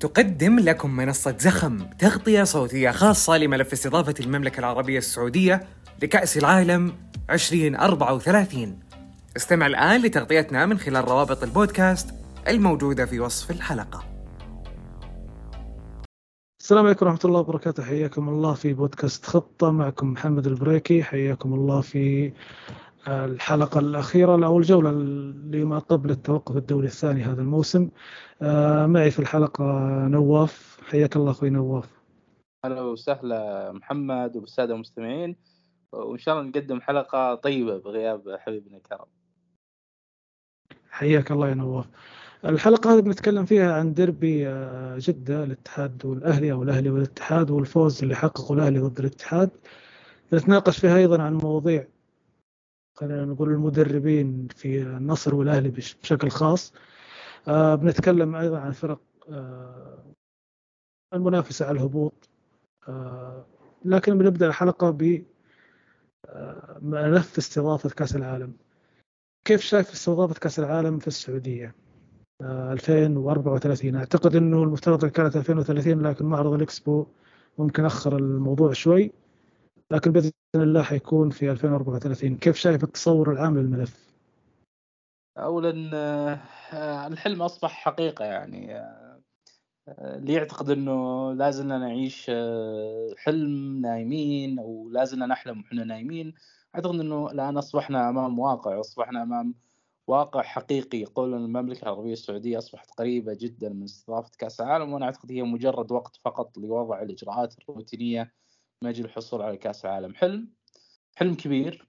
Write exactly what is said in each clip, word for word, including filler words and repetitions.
تقدم لكم منصة زخم تغطية صوتية خاصة لملف استضافة المملكة العربية السعودية لكأس العالم عشرين أربعة وثلاثين. استمع الآن لتغطيتنا من خلال روابط البودكاست الموجودة في وصف الحلقة. السلام عليكم ورحمة الله وبركاته، حياكم الله في بودكاست خطة. معكم محمد البريكي، حياكم الله في الحلقة الأخيرة أو الجولة لما قبل التوقف الدولي الثاني هذا الموسم. معي في الحلقة نواف، حياك الله أخوي نواف. أهلا وسهلا محمد وبالسادة المستمعين، وإن شاء الله نقدم حلقة طيبة بغياب حبيبنا الكرام. حياك الله يا نواف. الحلقة هذه بنتكلم فيها عن ديربي جدة، الاتحاد والأهلي أو الأهلي والاتحاد، والفوز اللي حققه الأهلي ضد الاتحاد. نتناقش فيها أيضا عن مواضيع خلينا نقول المدربين في النصر والأهلي بشكل خاص. آه بنتكلم أيضا عن فرق آه المنافسة على الهبوط. آه لكن بنبدأ الحلقة بملف آه استضافة كأس العالم. كيف شايف استضافة كأس العالم في السعودية آه ألفين وأربعة وثلاثين؟ أعتقد أنه المفترض كانت ألفين وثلاثين، لكن معرض الإكسبو ممكن أخر الموضوع شوي، لكن بإذن الله حيكون في ألفين وأربعة وثلاثين. كيف شايف التصور العام للملف؟ أولا الحلم أصبح حقيقة، يعني اللي يعتقد أنه لازلنا نعيش حلم نايمين أو لازلنا نحلم وإحنا نايمين، أعتقد أنه الآن أصبحنا أمام واقع، أصبحنا أمام واقع حقيقي. يقول أن المملكة العربية السعودية أصبحت قريبة جدا من استضافة كأس العالم، وأنا أعتقد هي مجرد وقت فقط لوضع الإجراءات الروتينية من أجل الحصول على كأس العالم. حلم حلم كبير،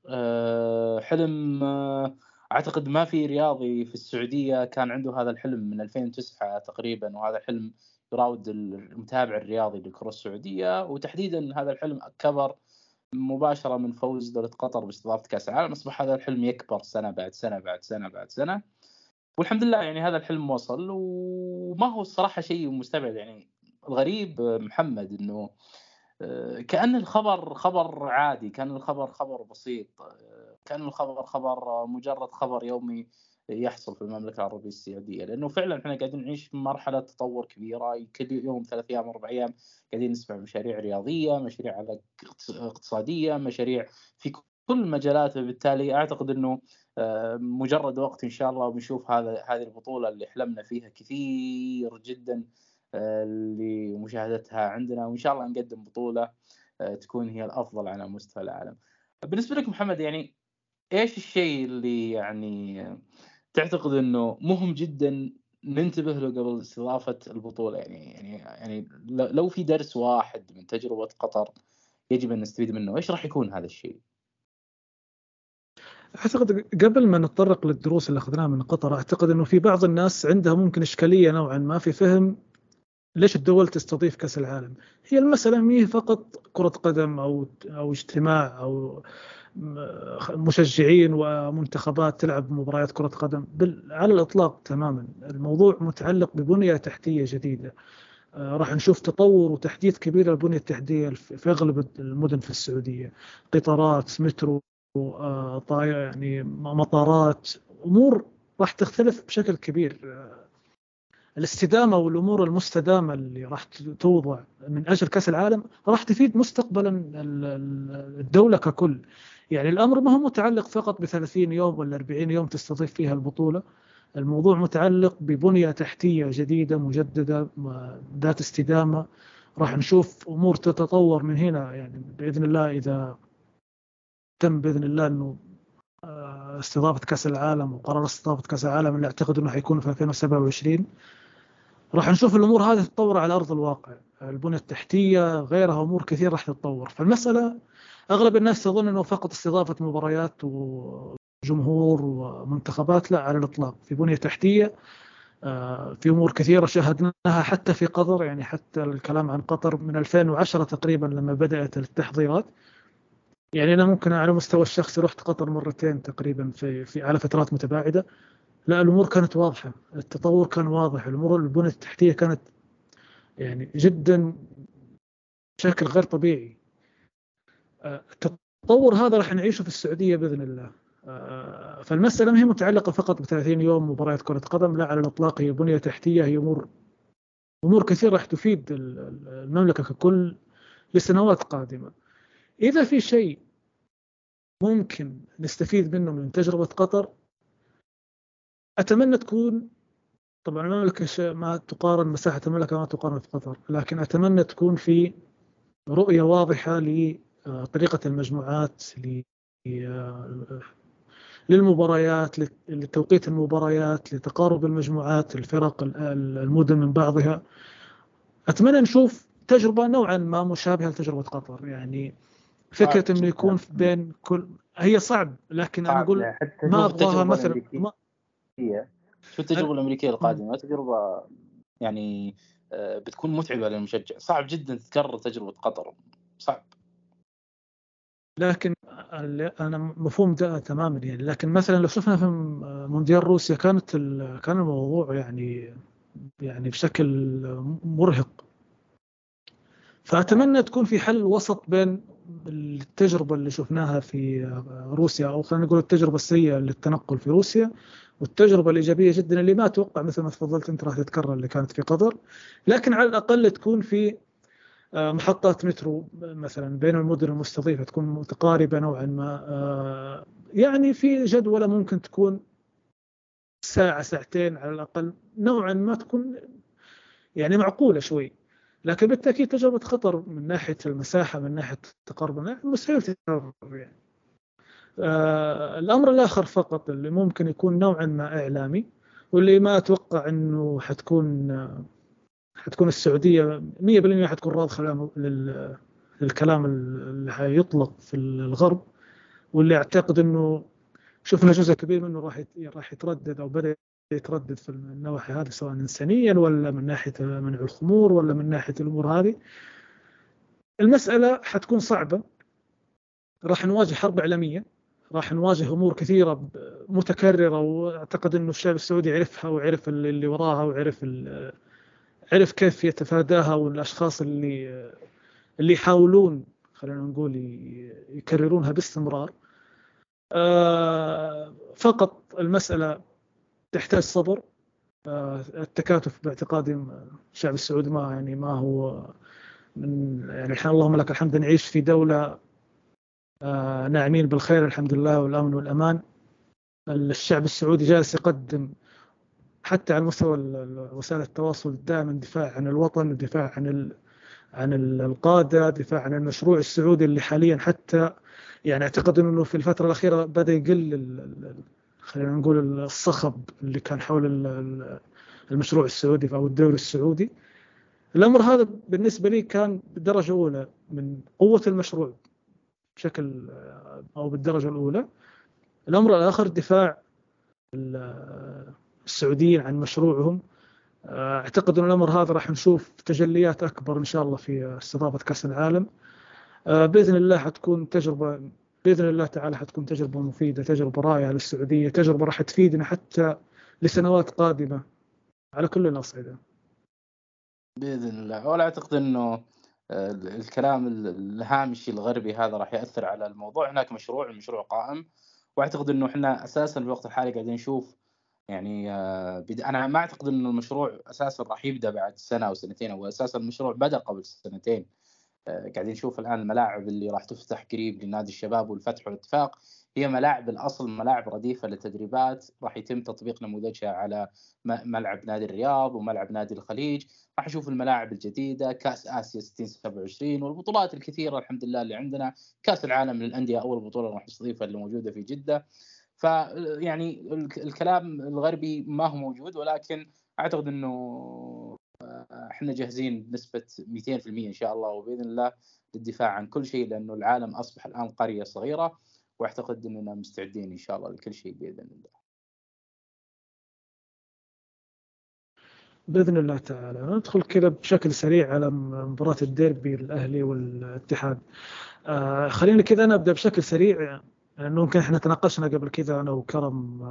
حلم أعتقد ما في رياضي في السعودية كان عنده هذا الحلم من ألفين وتسعة تقريبا، وهذا الحلم يراود المتابع الرياضي للكرة السعودية، وتحديدا هذا الحلم كبر مباشرة من فوز دولة قطر باستضافة كأس العالم. أصبح هذا الحلم يكبر سنة بعد سنة بعد سنة بعد سنة، والحمد لله يعني هذا الحلم وصل. وما هو الصراحة شيء مستبعد، يعني الغريب محمد إنه كأن الخبر خبر عادي، كان الخبر خبر بسيط، كان الخبر خبر مجرد خبر يومي يحصل في المملكة العربية السعودية، لأنه فعلا احنا قاعدين نعيش في مرحلة تطور كبيرة. كل يوم ثلاث أيام أربع أيام قاعدين نسمع مشاريع رياضية، مشاريع على اقتصادية، مشاريع في كل مجالات. بالتالي أعتقد أنه مجرد وقت إن شاء الله بنشوف هذا هذه البطولة اللي حلمنا فيها كثير جدا لمشاهدتها عندنا، وإن شاء الله نقدم بطولة تكون هي الأفضل على مستوى العالم. بالنسبة لك محمد، يعني إيش الشيء اللي يعني تعتقد أنه مهم جدا ننتبه له قبل استضافة البطولة؟ يعني يعني يعني لو في درس واحد من تجربة قطر يجب أن نستفيد منه، إيش راح يكون هذا الشيء؟ أعتقد قبل ما نتطرق للدروس اللي أخذناها من قطر، أعتقد أنه في بعض الناس عندها ممكن إشكالية نوعا ما في فهم ليش الدول تستضيف كأس العالم. هي المسألة ميه فقط كرة قدم أو أو اجتماع أو مشجعين ومنتخبات تلعب مباريات كرة قدم، بل على الإطلاق تماما. الموضوع متعلق ببنية تحتية جديدة. آه راح نشوف تطور وتحديث كبير للبنية التحتية في أغلب المدن في السعودية، قطارات، مترو، آه طائرة، يعني مطارات، أمور راح تختلف بشكل كبير. آه الاستدامة والأمور المستدامة اللي راح توضع من أجل كأس العالم راح تفيد مستقبلا الدولة ككل. يعني الأمر ما هو متعلق فقط بثلاثين يوم ولا أربعين يوم تستضيف فيها البطولة. الموضوع متعلق ببنية تحتية جديدة مجددة ذات استدامة. راح نشوف أمور تتطور من هنا، يعني بإذن الله إذا تم بإذن الله أنه استضافة كأس العالم وقرار استضافة كأس العالم اللي أعتقد أنه حيكون في ألفين وسبعة وعشرين، راح نشوف الأمور هذه تتطور على أرض الواقع. البنية التحتية غيرها أمور كثير راح تتطور. فالمسألة أغلب الناس تظن أنه فقط استضافة مباريات وجمهور ومنتخبات، لا على الإطلاق. في بنية تحتية، في أمور كثيرة شاهدناها حتى في قطر. يعني حتى الكلام عن قطر من ألفين وعشرة تقريبا لما بدأت التحضيرات. يعني أنا ممكن على مستوى الشخصي رحت قطر مرتين تقريبا في, في على فترات متباعدة. لا الأمور كانت واضحة، التطور كان واضح، الأمور البنية التحتية كانت يعني جدا بشكل غير طبيعي. التطور هذا راح نعيشه في السعودية بإذن الله. فالمسألة ما هي متعلقة فقط بثلاثين يوم مباريات كرة قدم، لا على الإطلاق. هي بنية تحتية، هي أمور أمور كثيرة راح تفيد المملكة ككل لسنوات قادمة. إذا في شيء ممكن نستفيد منه من تجربة قطر، أتمنى تكون، طبعا المملكة ما تقارن، مساحة المملكة ما تقارن في قطر، لكن أتمنى تكون في رؤية واضحة لطريقة المجموعات، للمباريات، لتوقيت المباريات، لتقارب المجموعات، الفرق، المدن من بعضها. أتمنى نشوف تجربة نوعا ما مشابهة لتجربة قطر. يعني فكرة إنه يكون بين كل، هي صعب، لكن أنا أقول ما أبغاها مثلا ما... شو التجربة الأمريكية القادمة؟ تجربة يعني بتكون متعبة للمشجع، صعب جدا تتكرر تجربة قطر، صعب. لكن أنا مفهوم ده تماما يعني. لكن مثلا لو شفنا في مونديال روسيا كانت كان الموضوع يعني يعني بشكل مرهق. فأتمنى تكون في حل وسط بين التجربة اللي شفناها في روسيا، أو خلينا نقول التجربة السيئة للتنقل في روسيا، والتجربة الإيجابية جدا اللي ما أتوقع مثل ما تفضلت أنت راح تتكرر اللي كانت في قطر. لكن على الأقل تكون في محطات مترو مثلا بين المدن المستضيفة تكون متقاربة نوعا ما، يعني في جدولة ممكن تكون ساعة ساعتين على الأقل، نوعا ما تكون يعني معقولة شوي. لكن بالتأكيد تجربة خطر من ناحية المساحة، من ناحية التقارب، مستحيل تتكرر يعني. آه الأمر الآخر فقط اللي ممكن يكون نوعا ما إعلامي، واللي ما أتوقع أنه حتكون آه حتكون السعودية مية بالمية حتكون راضخة للكلام اللي حيطلق في الغرب، واللي أعتقد أنه شفنا جزء كبير منه راح راح يتردد أو بدأ يتردد في النواحي هذه، سواء إنسانيا ولا من ناحية منع الخمور ولا من ناحية الأمور هذه. المسألة حتكون صعبة، راح نواجه حرب إعلامية، راح نواجه أمور كثيرة متكررة، وأعتقد أنه الشعب السعودي عرفها وعرف اللي وراها وعرف عرف كيف يتفاداها، والأشخاص اللي اللي يحاولون خلينا نقول يكررونها باستمرار. فقط المسألة تحتاج صبر. التكاتف باعتقادي الشعب السعودي ما يعني ما هو من يعني الحين اللهم لك الحمد نعيش في دولة ناعمين بالخير الحمد لله والأمن والأمان. الشعب السعودي جالس يقدم حتى على مستوى وسائل التواصل دائما دفاع عن الوطن، دفاع عن ال عن القادة، دفاع عن المشروع السعودي اللي حاليا حتى يعني اعتقد انه في الفترة الأخيرة بدأ يقل خلينا نقول الصخب اللي كان حول المشروع السعودي أو الدوري السعودي. الأمر هذا بالنسبة لي كان بالدرجة الأولى من قوة المشروع بشكل أو بالدرجة الأولى. الأمر الآخر دفاع السعوديين عن مشروعهم. أعتقد أن الأمر هذا راح نشوف تجليات أكبر إن شاء الله في استضافة كأس العالم. بإذن الله حتكون تجربة، بإذن الله تعالى حتكون تجربة مفيدة، تجربة رائعة للسعودية، تجربة راح تفيدنا حتى لسنوات قادمة على كل الأصعدة بإذن الله. ولا أعتقد أنه الكلام الهامشي الغربي هذا راح يأثر على الموضوع. هناك مشروع المشروع قائم، وأعتقد أنه إحنا أساساً في الوقت الحالي قاعدين نشوف يعني أنا ما أعتقد أنه المشروع أساساً راح يبدأ بعد سنة أو سنتين، أو أساساً المشروع بدأ قبل سنتين. قاعدين نشوف الآن الملاعب اللي راح تفتح قريب لنادي الشباب والفتح والاتفاق، هي ملاعب الأصل ملاعب رديفة للتدريبات، راح يتم تطبيق نموذجها على ملعب نادي الرياض وملعب نادي الخليج. راح نشوف الملاعب الجديدة، كأس آسيا ستين سبعة وعشرين والبطولات الكثيرة الحمد لله اللي عندنا، كأس العالم للأندية أول بطولة راح نستضيفها اللي موجودة في جدة. فيعني الكلام الغربي ما هو موجود، ولكن أعتقد أنه احنا جاهزين بنسبة مئتين بالمئة إن شاء الله وبإذن الله للدفاع عن كل شيء، لأنه العالم أصبح الآن قرية صغيرة، واعتقد أننا مستعدين إن شاء الله لكل شيء بإذن الله. بإذن الله تعالى. ندخل كذا بشكل سريع على مباراة الديربي الأهلي والاتحاد. آه خلينا كذا أنا أبدأ بشكل سريع، لأنه ممكن إحنا تناقشنا قبل كذا أنا وكرم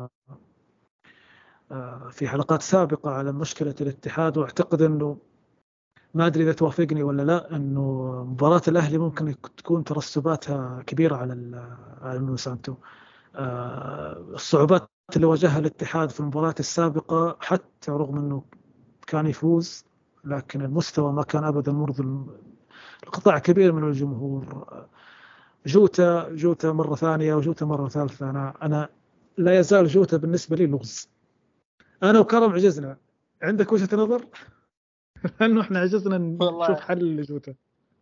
آه في حلقات سابقة على مشكلة الاتحاد، واعتقد أنه ما أدري إذا توافقني ولا لا، أنه مباراة الأهلي ممكن تكون ترسباتها كبيرة على على نونو سانتو. آه الصعوبات اللي واجهها الاتحاد في المباراة السابقة، حتى رغم أنه كان يفوز لكن المستوى ما كان أبدا مرضي القطاع كبير من الجمهور. جوتا جوتا مرة ثانية وجوتا مرة ثالثة. أنا أنا لا يزال جوتا بالنسبة لي لغز. أنا وكرم عجزنا. عندك وجهة نظر؟ لأنه إحنا عجزنا نشوف حل لجوتا.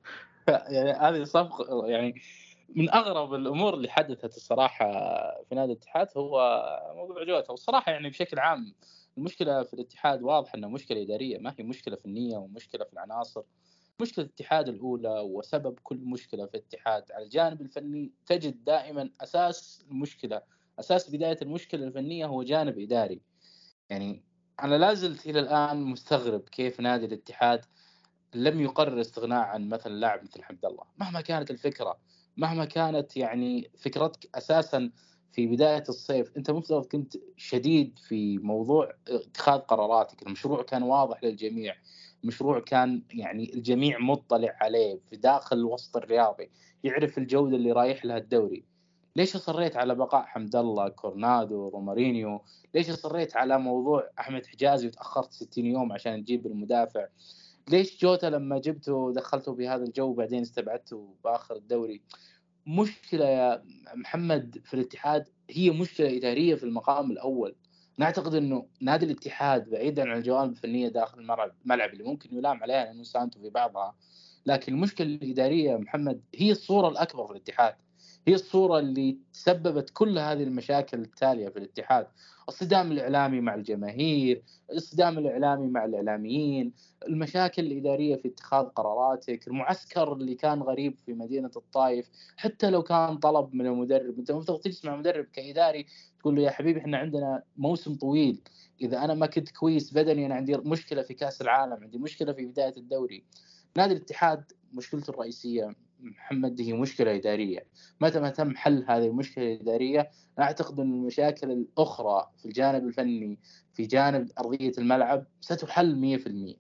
يعني هذه صفقة يعني من أغرب الأمور اللي حدثت الصراحة في نادي الاتحاد هو موضوع جوتا. والصراحة يعني بشكل عام المشكلة في الاتحاد واضح أنها مشكلة إدارية، ما هي مشكلة فنية ومشكلة في العناصر. مشكلة الاتحاد الأولى وسبب كل مشكلة في الاتحاد على الجانب الفني، تجد دائما أساس المشكلة، أساس بداية المشكلة الفنية هو جانب إداري. يعني أنا لازلت إلى الآن مستغرب كيف نادي الاتحاد لم يقرر الاستغناء عن مثلا لاعب مثل حمد الله، مهما كانت الفكرة، مهما كانت يعني فكرتك أساسا في بداية الصيف. أنت مفترض كنت شديد في موضوع اتخاذ قراراتك. المشروع كان واضح للجميع، المشروع كان يعني الجميع مطلع عليه في داخل الوسط الرياضي، يعرف الجودة اللي رايح لها الدوري. ليش أصريت على بقاء حمد الله، كورنادو، رومارينيو؟ ليش أصريت على موضوع أحمد حجازي وتأخرت ستين يوم عشان تجيب المدافع؟ ليش جوتا لما جبته ودخلته بهذا الجو بعدين استبعدته بآخر الدوري؟ مشكلة يا محمد في الاتحاد هي مشكلة إدارية في المقام الأول. نعتقد أنه نادي الاتحاد بعيدا عن الجوانب الفنية داخل الملعب الملعب اللي ممكن يلام عليها لأنه سانتو في بعضها، لكن المشكلة الإدارية محمد هي الصورة الأكبر في الاتحاد، هي الصورة اللي تسببت كل هذه المشاكل التالية في الاتحاد. الصدام الإعلامي مع الجماهير، الصدام الإعلامي مع الإعلاميين، المشاكل الإدارية في اتخاذ قراراتك، المعسكر اللي كان غريب في مدينة الطائف. حتى لو كان طلب من المدرب، أنت مفترض تجلس مع مدرب كإداري تقول له يا حبيبي إحنا عندنا موسم طويل، إذا أنا ما كنت كويس بدني أنا عندي مشكلة في كأس العالم، عندي مشكلة في بداية الدوري. نادي الاتحاد مشكلته الرئيسية محمد هي مشكلة إدارية. متى ما تم حل هذه المشكلة الإدارية أعتقد أن المشاكل الأخرى في الجانب الفني في جانب أرضية الملعب ستحل مية في المية.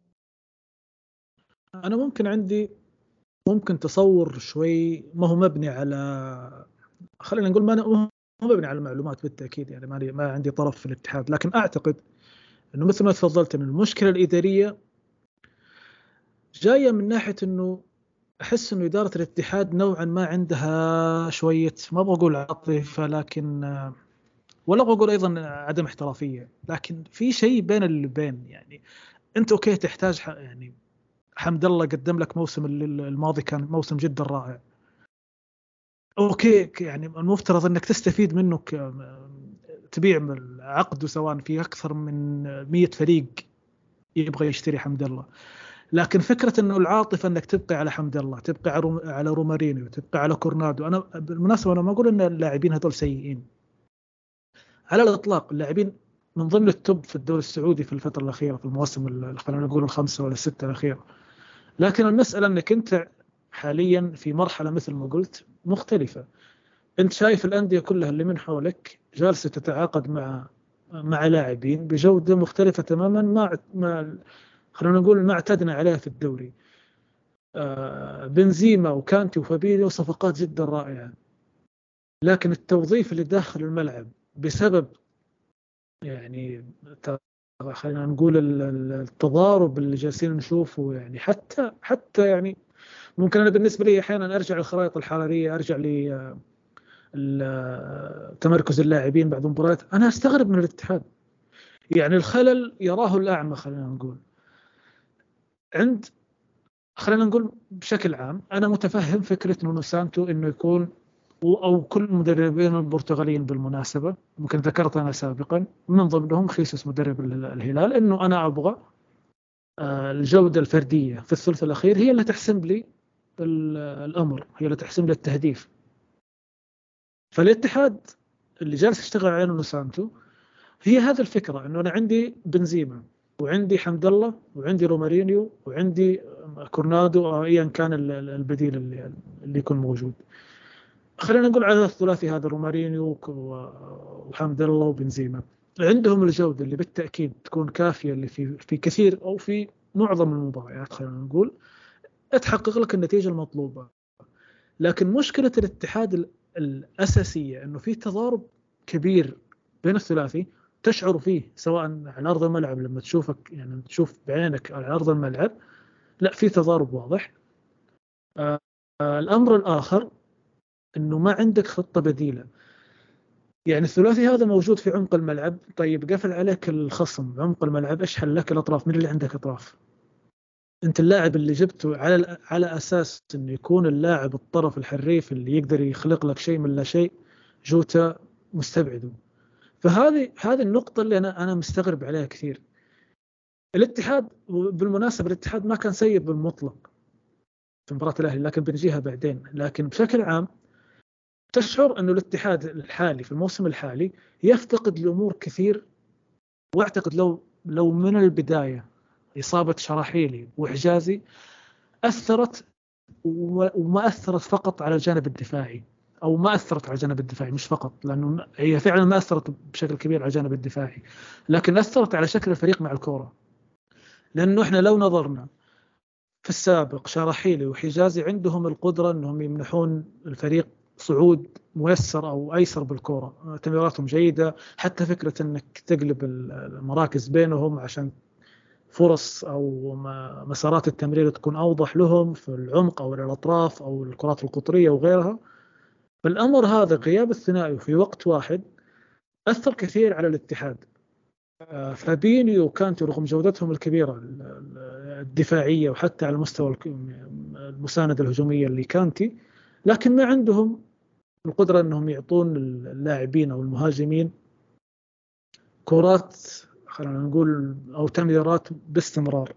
أنا ممكن عندي ممكن تصور شوي ما هو مبني على، خلينا نقول ما هو مبني على المعلومات بالتأكيد، يعني ما ما عندي طرف في الاتحاد، لكن أعتقد أنه مثل ما تفضلت أن المشكلة الإدارية جاية من ناحية أنه أحس أنه إدارة الاتحاد نوعا ما عندها شوية، ما بقول عاطفة لكن ولا بقول أيضا عدم احترافية، لكن في شيء بين البين. يعني أنت أوكي تحتاج يعني حمد الله قدم لك موسم الماضي كان موسم جدا رائع، أوكي يعني المفترض أنك تستفيد منه، تبيع عقده سواء في أكثر من مية فريق يبغى يشتري حمد الله. لكن فكرة أنه العاطفة أنك تبقى على حمد الله، تبقى على رومارينيو، تبقى على كورنادو. أنا بالمناسبة أنا ما أقول أن اللاعبين هذول سيئين على الإطلاق، اللاعبين من ضمن التوب في الدوري السعودي في الفترة الأخيرة، في المواسم خلينا نقول الخمسة ولا الستة الأخيرة. لكن المسألة أنك أنت حاليا في مرحلة مثل ما قلت مختلفة. أنت شايف الأندية كلها اللي من حولك جالسة تتعاقد مع مع لاعبين بجودة مختلفة تماما ما ما خلينا نقول ما اعتدنا عليها في الدوري. آه بنزيما وكانتي وفابينيو صفقات جدا رائعة، لكن التوظيف اللي داخل الملعب بسبب يعني خلينا نقول التضارب اللي جالسين نشوفه، يعني حتى حتى يعني ممكن أنا بالنسبة لي أحيانا أرجع للخرائط الحرارية، أرجع ل تمركز اللاعبين بعد مباريات، أنا أستغرب من الاتحاد. يعني الخلل يراه الأعمى خلينا نقول. عند خلينا نقول بشكل عام أنا متفهم فكرة نونو سانتو إنه يكون، أو كل المدربين البرتغاليين بالمناسبة ممكن ذكرت أنا سابقا من ضمنهم خيسوس مدرب الهلال، إنه أنا أبغى الجودة الفردية في الثلث الأخير هي اللي تحسم لي الأمر، هي اللي تحسم لي التهديف. فالاتحاد اللي جالس يشتغل على نونو سانتو هي هذا الفكرة، إنه أنا عندي بنزيما وعندي حمد الله وعندي رومارينيو وعندي كورنادو أو أيا كان البديل اللي, اللي يكون موجود. خلينا نقول على الثلاثي هذا رومارينيو وحمد الله وبنزيما عندهم الجودة اللي بالتأكيد تكون كافية اللي في في كثير أو في معظم المباريات خلينا نقول تحقق لك النتيجة المطلوبة. لكن مشكلة الاتحاد الأساسية إنه في تضارب كبير بين الثلاثي، تشعر فيه سواء على أرض الملعب لما تشوفك يعني تشوف بعينك على أرض الملعب، لا في تضارب واضح. آه الأمر الآخر أنه ما عندك خطة بديلة. يعني الثلاثي هذا موجود في عمق الملعب، طيب قفل عليك الخصم عمق الملعب، إيش حل لك الأطراف؟ من اللي عندك أطراف؟ أنت اللاعب اللي جبته على على أساس أنه يكون اللاعب الطرف الحريف اللي يقدر يخلق لك شيء من لا شيء، جوتا مستبعده. فهذه هذه النقطة اللي أنا أنا مستغرب عليها كثير. الاتحاد بالمناسبة الاتحاد ما كان سيء بالمطلق في مباراة الأهلي، لكن بنجيها بعدين. لكن بشكل عام تشعر أنه الاتحاد الحالي في الموسم الحالي يفتقد لأمور كثير، واعتقد لو لو من البداية إصابة شراحيلي وحجازي أثرت، وما أثرت فقط على الجانب الدفاعي، أو ما أثرت على الجانب الدفاعي مش فقط، لأنه هي فعلا ما أثرت بشكل كبير على الجانب الدفاعي، لكن أثرت على شكل الفريق مع الكرة. لأنه إحنا لو نظرنا في السابق شراحيلي وحجازي عندهم القدرة أنهم يمنحون الفريق صعود ميسر أو أيسر بالكرة، تمريراتهم جيدة، حتى فكرة أنك تقلب المراكز بينهم عشان فرص أو مسارات التمرير تكون أوضح لهم في العمق أو الأطراف أو الكرات القطرية وغيرها. فالأمر هذا غياب الثنائي في وقت واحد أثر كثير على الاتحاد. فابينيو وكانتو رغم جودتهم الكبيرة الدفاعية وحتى على مستوى المساندة الهجومية اللي كانتي، لكن ما عندهم القدرة أنهم يعطون اللاعبين أو المهاجمين كرات خلينا نقول أو تمريرات باستمرار.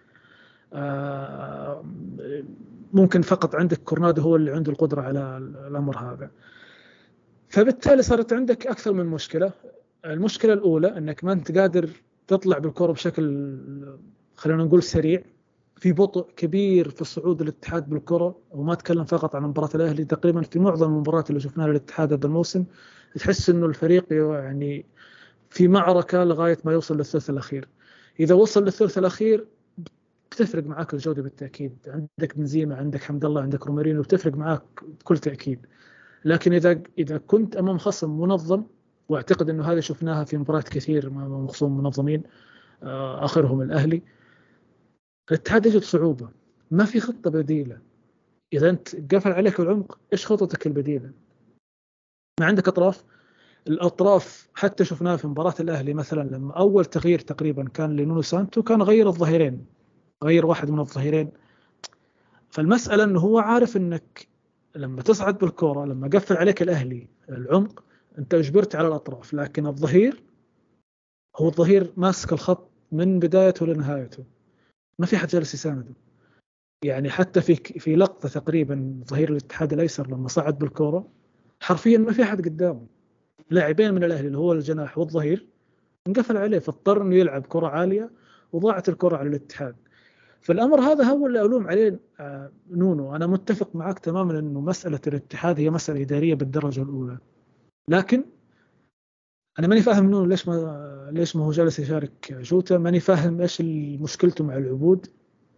ممكن فقط عندك كورنادو هو اللي عنده القدرة على الأمر هذا. فبالتالي صارت عندك أكثر من مشكلة. المشكلة الأولى أنك ما أنت قادر تطلع بالكرة بشكل خلينا نقول سريع، في بطء كبير في صعود الاتحاد بالكرة. وما أتكلم فقط عن مباراة الأهلي، تقريبا في معظم المباريات اللي شفناها للاتحاد هذا الموسم تحس إنه الفريق يعني في معركة لغاية ما يوصل للثلث الأخير. إذا وصل للثلث الأخير بتفرق معاك الجودة بالتأكيد، عندك بنزيما، عندك حمد الله، عندك رومارينو، بتفرق معاك بكل تأكيد. لكن إذا إذا كنت أمام خصم منظم، واعتقد انه هذا شفناها في مباريات كثير مع خصوم منظمين اخرهم الاهلي، الاتحاد يجد صعوبه، ما في خطه بديله. اذا انت قفل عليك العمق، ايش خطتك البديله؟ ما عندك اطراف. الاطراف حتى شفناها في مباراه الاهلي مثلا، لما اول تغيير تقريبا كان لنونو سانتو كان غير الظهيرين، غير واحد من الظهيرين. فالمساله انه هو عارف انك لما تصعد بالكره، لما قفل عليك الاهلي العمق، انت اجبرت على الاطراف، لكن الظهير هو الظهير ماسك الخط من بدايته لنهايته، ما في حد جالس يسانده. يعني حتى في في لقطه تقريبا ظهير الاتحاد الايسر لما صعد بالكره حرفيا ما في حد قدامه، لاعبين من الاهلي اللي هو الجناح والظهير انقفل عليه، فاضطر انه يلعب كره عاليه وضاعت الكره على الاتحاد. فالامر هذا هو اللي الوم عليه نونو. انا متفق معك تماما انه مساله الاتحاد هي مساله اداريه بالدرجه الاولى، لكن أنا ماني فاهم نونو ليش ما ليش ما هو جالس يشارك جوتا، ماني فاهم إيش مشكلته مع العبود.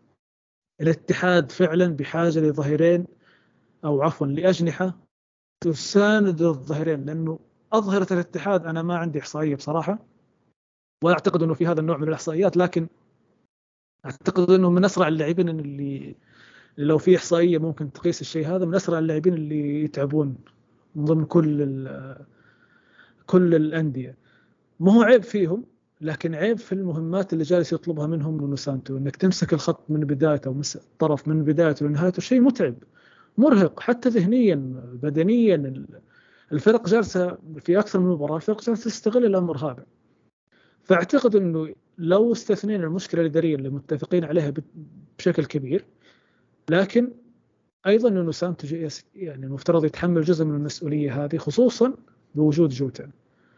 الاتحاد فعلا بحاجة لظهيرين أو عفوا لأجنحة تساند الظهيرين، لأنه أظهرة الاتحاد أنا ما عندي إحصائية بصراحة، ولا أعتقد أنه في هذا النوع من الإحصائيات، لكن أعتقد أنه من أسرع اللاعبين اللي لو في إحصائية ممكن تقيس الشيء هذا، من أسرع اللاعبين اللي يتعبون من ضمن كل كل الأندية. ما هو عيب فيهم، لكن عيب في المهمات اللي جالس يطلبها منهم نونو سانتو، انك تمسك الخط من بدايته او الطرف من بدايته لنهايته، شيء متعب مرهق حتى ذهنيا بدنيا. الفرق جالسه في اكثر من مباراه، الفرق جالسه تستغل الامر هذا. فاعتقد انه لو استثنينا المشكله الاداريه اللي متفقين عليها بشكل كبير، لكن ايضا نونو سانتو يعني المفترض يتحمل جزء من المسؤوليه هذه، خصوصا بوجود جوتا.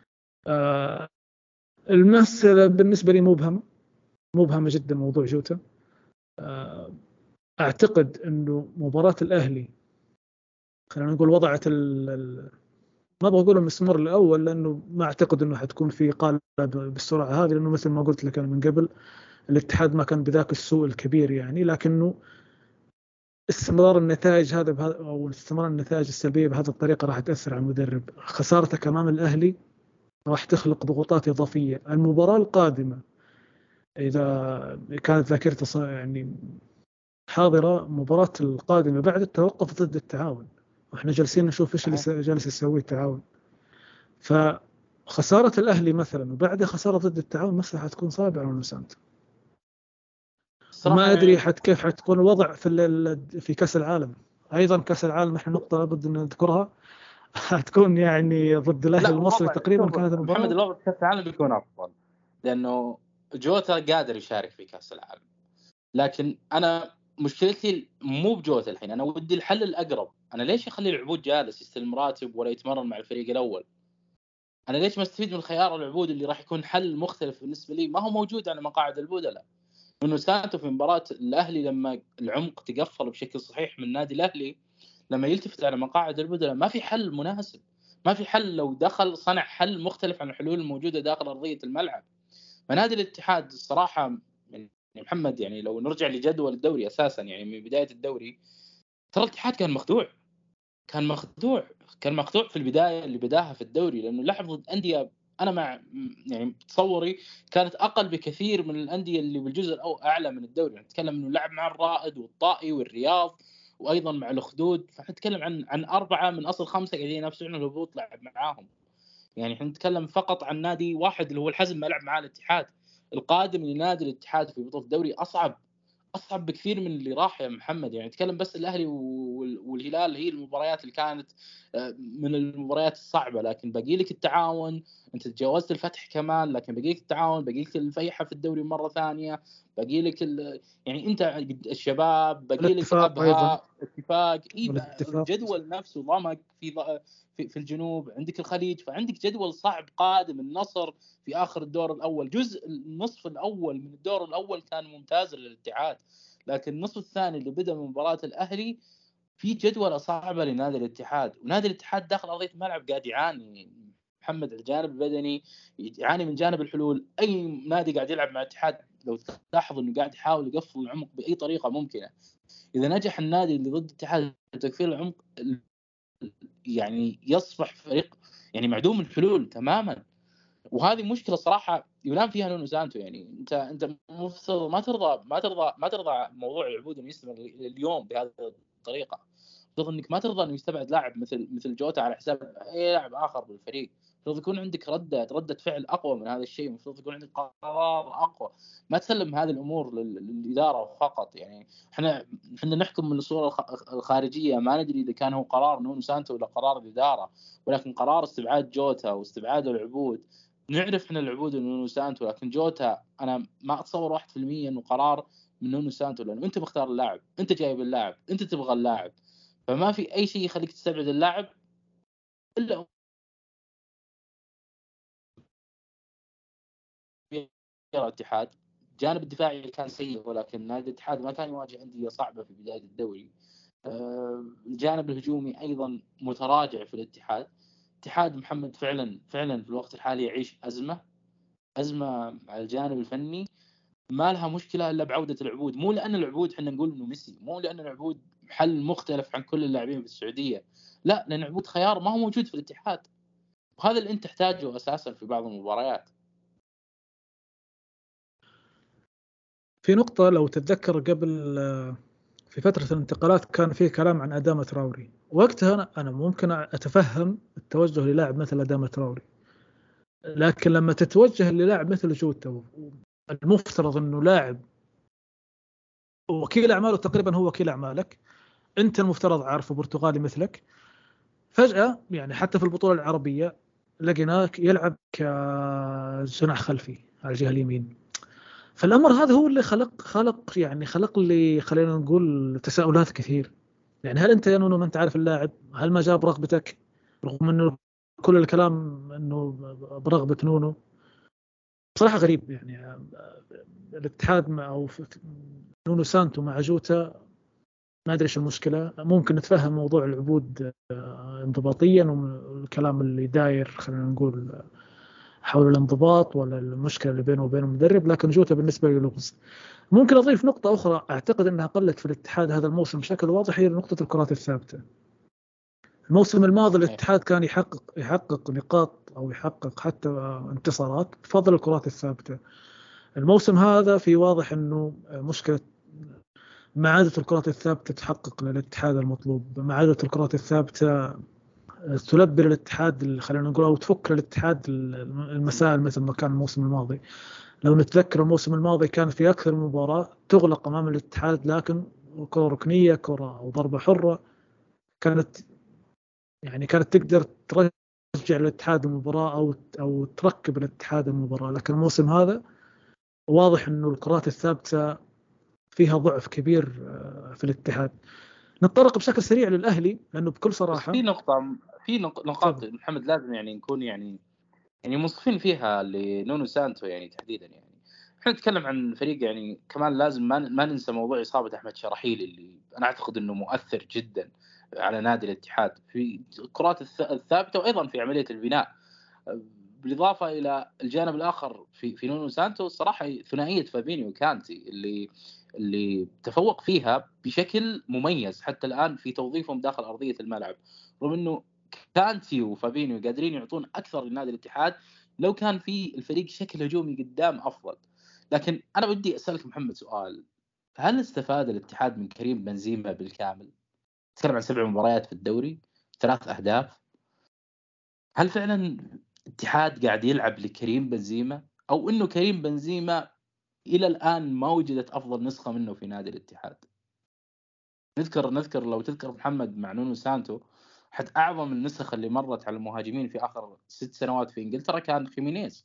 آه المسألة بالنسبة لي مبهمة مبهمة جدا موضوع جوتا. أعتقد أنه مباراة الأهلي خلينا نقول وضعت ال ما أبغى أقول المسمار الأول، لأنه ما أعتقد أنه حتكون في قالب بالسرعة هذه، لأنه مثل ما قلت لك أنا من قبل الاتحاد ما كان بذاك السوء الكبير يعني، لكنه استمرار النتائج هذا أو استمرار النتائج السلبية بهذه الطريقة راح تأثر على المدرب. خسارتك أمام الأهلي راح تخلق ضغوطات إضافية. المباراة القادمة إذا كانت ذاكرتي يعني حاضرة، مباراة القادمة بعد التوقف ضد التعاون، وإحنا جالسين نشوف إيش اللي جالس يسويه التعاون. فخسارة الأهلي مثلا وبعد خسارة ضد التعاون مثلا حتكون صعبة على نونو. ما أدري يعني حت كيف حتكون الوضع في في كأس العالم. أيضا كأس العالم إحنا نقطة لابد أن نذكرها هتكون يعني ضد الأهلي المصري تقريبا كانت المباراة. محمد الوضع في كأس العالم بيكون أفضل لأنه جوتا قادر يشارك في كأس العالم، لكن أنا مشكلتي مو بجوتا الحين، أنا ودي الحل الأقرب. أنا ليش أخلي العبود جالس يستلم راتب ولا يتمرن مع الفريق الأول؟ أنا ليش ما استفيد من خيار العبود اللي راح يكون حل مختلف بالنسبة لي ما هو موجود على مقاعد البدلاء؟ إنه سانتو في مباراة الأهلي لما العمق تقفل بشكل صحيح من نادي الأهلي، لما يلتفت على مقاعد البدلاء ما في حل مناسب، ما في حل لو دخل صنع حل مختلف عن الحلول الموجودة داخل أرضية الملعب. فنادي الاتحاد الصراحة يعني محمد، يعني لو نرجع لجدول الدوري أساسا يعني من بداية الدوري، ترى الاتحاد كان مخدوع كان مخدوع كان مخدوع في البداية اللي بداها في الدوري، لأنه لعب ضد أندية أنا مع يعني تصوري كانت أقل بكثير من الأندية اللي بالجزء الأو أعلى من الدوري. نتكلم إنه لعب مع الرائد والطائي والرياض وأيضا مع الأخدود، فنتكلم عن عن أربعة من أصل خمسة قاعدين ينافسون على الهبوط لعب معاهم. يعني احنا نتكلم فقط عن نادي واحد اللي هو الحزم ما لعب معاه الاتحاد. القادم لنادي الاتحاد في بطولة الدوري أصعب أصعب بكثير من اللي راح يا محمد. يعني نتكلم بس الأهلي والهلال هي المباريات اللي كانت من المباريات الصعبة، لكن باقي لك التعاون، أنت تجاوزت الفتح كمان، لكن باقي لك التعاون، باقي لك الفيحة في الدوري مرة ثانية، باقي لك يعني أنت الشباب، باقي لك أبها اتفاق. الجدول نفسه ضمك في في الجنوب، عندك الخليج، فعندك جدول صعب قادم. النصر في آخر الدور الأول، جزء النصف الأول من الدور الأول كان ممتاز للاتحاد، لكن النصف الثاني اللي بدأ من مباراة الأهلي في جدول صعبة لنادي الاتحاد. ونادي الاتحاد داخل أرضية الملعب قاعد يعاني محمد، الجانب البدني يعاني من جانب الحلول. أي نادي قاعد يلعب مع الاتحاد لو تلاحظ إنه قاعد يحاول يقفل العمق بأي طريقة ممكنة. إذا نجح النادي اللي ضد الاتحاد تقفيل العمق يعني يصبح فريق يعني معدوم الحلول تماما. وهذه مشكله صراحه يلام فيها نونو سانتو. يعني انت انت مفترض ما ترضى ما ترضى ما ترضى موضوع العبود انه يستمر اليوم بهذه الطريقه. مفترض انك ما ترضى انه يستبعد لاعب مثل مثل جوتا على حساب اي لاعب اخر بالفريق. المفروض يكون عندك رده رده فعل اقوى من هذا الشيء، المفروض يكون عندك قرار اقوى، ما تسلم هذه الامور للاداره فقط. يعني احنا احنا نحكم من الصوره الخارجيه، ما ندري اذا كان هو قرار نونو سانتو ولا قرار الاداره، ولكن قرار استبعاد جوتا واستبعاد العبود، نعرف احنا العبود من نونو سانتو، لكن جوتا انا ما اتصور واحد بالمية انه قرار من نونو سانتو، لانه انت مختار اللاعب، انت جايب اللاعب، انت تبغى اللاعب، فما في اي شيء يخليك تستبعد اللاعب الا الاتحاد. جانب الدفاعي كان سيء، ولكن نادي الاتحاد ما كان يواجه أندية صعبة في بداية الدوري. الجانب الهجومي أيضا متراجع في الاتحاد. اتحاد محمد فعلا فعلا في الوقت الحالي يعيش أزمة أزمة على الجانب الفني، ما لها مشكلة إلا بعودة العبود. مو لأن العبود حنا نقول إنه ميسي، مو لأن العبود حل مختلف عن كل اللاعبين في السعودية، لا، لأن العبود خيار ما هو موجود في الاتحاد، وهذا اللي أنت تحتاجه أساسا في بعض المباريات. في نقطة لو تتذكر قبل في فترة الانتقالات كان فيه كلام عن أدامة تراوري، وقتها أنا, أنا ممكن أتفهم التوجه للاعب مثل أدامة تراوري، لكن لما تتوجه للاعب مثل جوتا المفترض أنه لاعب وكيل أعماله تقريبا هو وكيل أعمالك، أنت المفترض عارفه برتغالي مثلك، فجأة يعني حتى في البطولة العربية لقيناك يلعب كجناح خلفي على الجهة اليمين. فالأمر هذا هو اللي خلق خلق يعني خلق لي خلينا نقول تساؤلات كثير. يعني هل أنت يا نونو ما أنت عارف اللاعب؟ هل ما جاب رغبتك رغم أنه كل الكلام أنه برغبة نونو؟ بصراحة غريب. يعني الاتحاد أو نونو سانتو مع جوتا ما أدري إيش المشكلة. ممكن نتفهم موضوع العبود انضباطيا والكلام اللي داير خلينا نقول حول الانضباط ولا المشكلة اللي بينه وبين المدرب، لكن جوتا بالنسبة لي لغز. ممكن أضيف نقطة أخرى أعتقد أنها قلت في الاتحاد هذا الموسم بشكل واضح، هي نقطة الكرات الثابتة. الموسم الماضي الاتحاد كان يحقق يحقق نقاط نقاط أو يحقق حتى انتصارات بفضل الكرات الثابتة. الموسم هذا في واضح أنه مشكلة ما عادت الكرات الثابتة تحقق للاتحاد المطلوب، ما عادت الكرات الثابتة تلبي للاتحاد، خلينا نقول، أو تفك للاتحاد المسائل مثل ما كان الموسم الماضي. لو نتذكر الموسم الماضي كان في أكثر من مباراة تغلق أمام الاتحاد، لكن كرة ركنية، كرة أو ضربة حرة، كانت يعني كانت تقدر ترجع الاتحاد المباراة أو أو تركب الاتحاد المباراة. لكن الموسم هذا واضح إنه الكرات الثابتة فيها ضعف كبير في الاتحاد. نتطرق بشكل سريع للأهلي لأنه بكل صراحة في نقطة في نقاط محمد لازم يعني نكون يعني يعني منصفين فيها لنونو سانتو يعني تحديدا. يعني احنا نتكلم عن فريق، يعني كمان لازم ما ما ننسى موضوع إصابة أحمد شراحيل اللي أنا أعتقد إنه مؤثر جدا على نادي الاتحاد في الكرات الثابتة وأيضا في عملية البناء. بالإضافة إلى الجانب الآخر في في نونو سانتو الصراحة ثنائية فابينيو وكانتي اللي اللي تفوق فيها بشكل مميز حتى الآن في توظيفهم داخل أرضية الملعب، رغم إنه كانتي وفابينيو قادرين يعطون أكثر لنادي الاتحاد لو كان في الفريق شكل هجومي قدام أفضل. لكن أنا بدي أسألك محمد سؤال، هل استفاد الاتحاد من كريم بنزيما بالكامل؟ تكلم عن سبع مباريات في الدوري، ثلاث أهداف. هل فعلا الاتحاد قاعد يلعب لكريم بنزيما، أو إنه كريم بنزيما إلى الآن ما وجدت أفضل نسخة منه في نادي الاتحاد؟ نذكر نذكر لو تذكر محمد مع نونو سانتو حتى أعظم النسخ اللي مرت على المهاجمين في آخر ست سنوات في إنجلترا كان خيمينيز.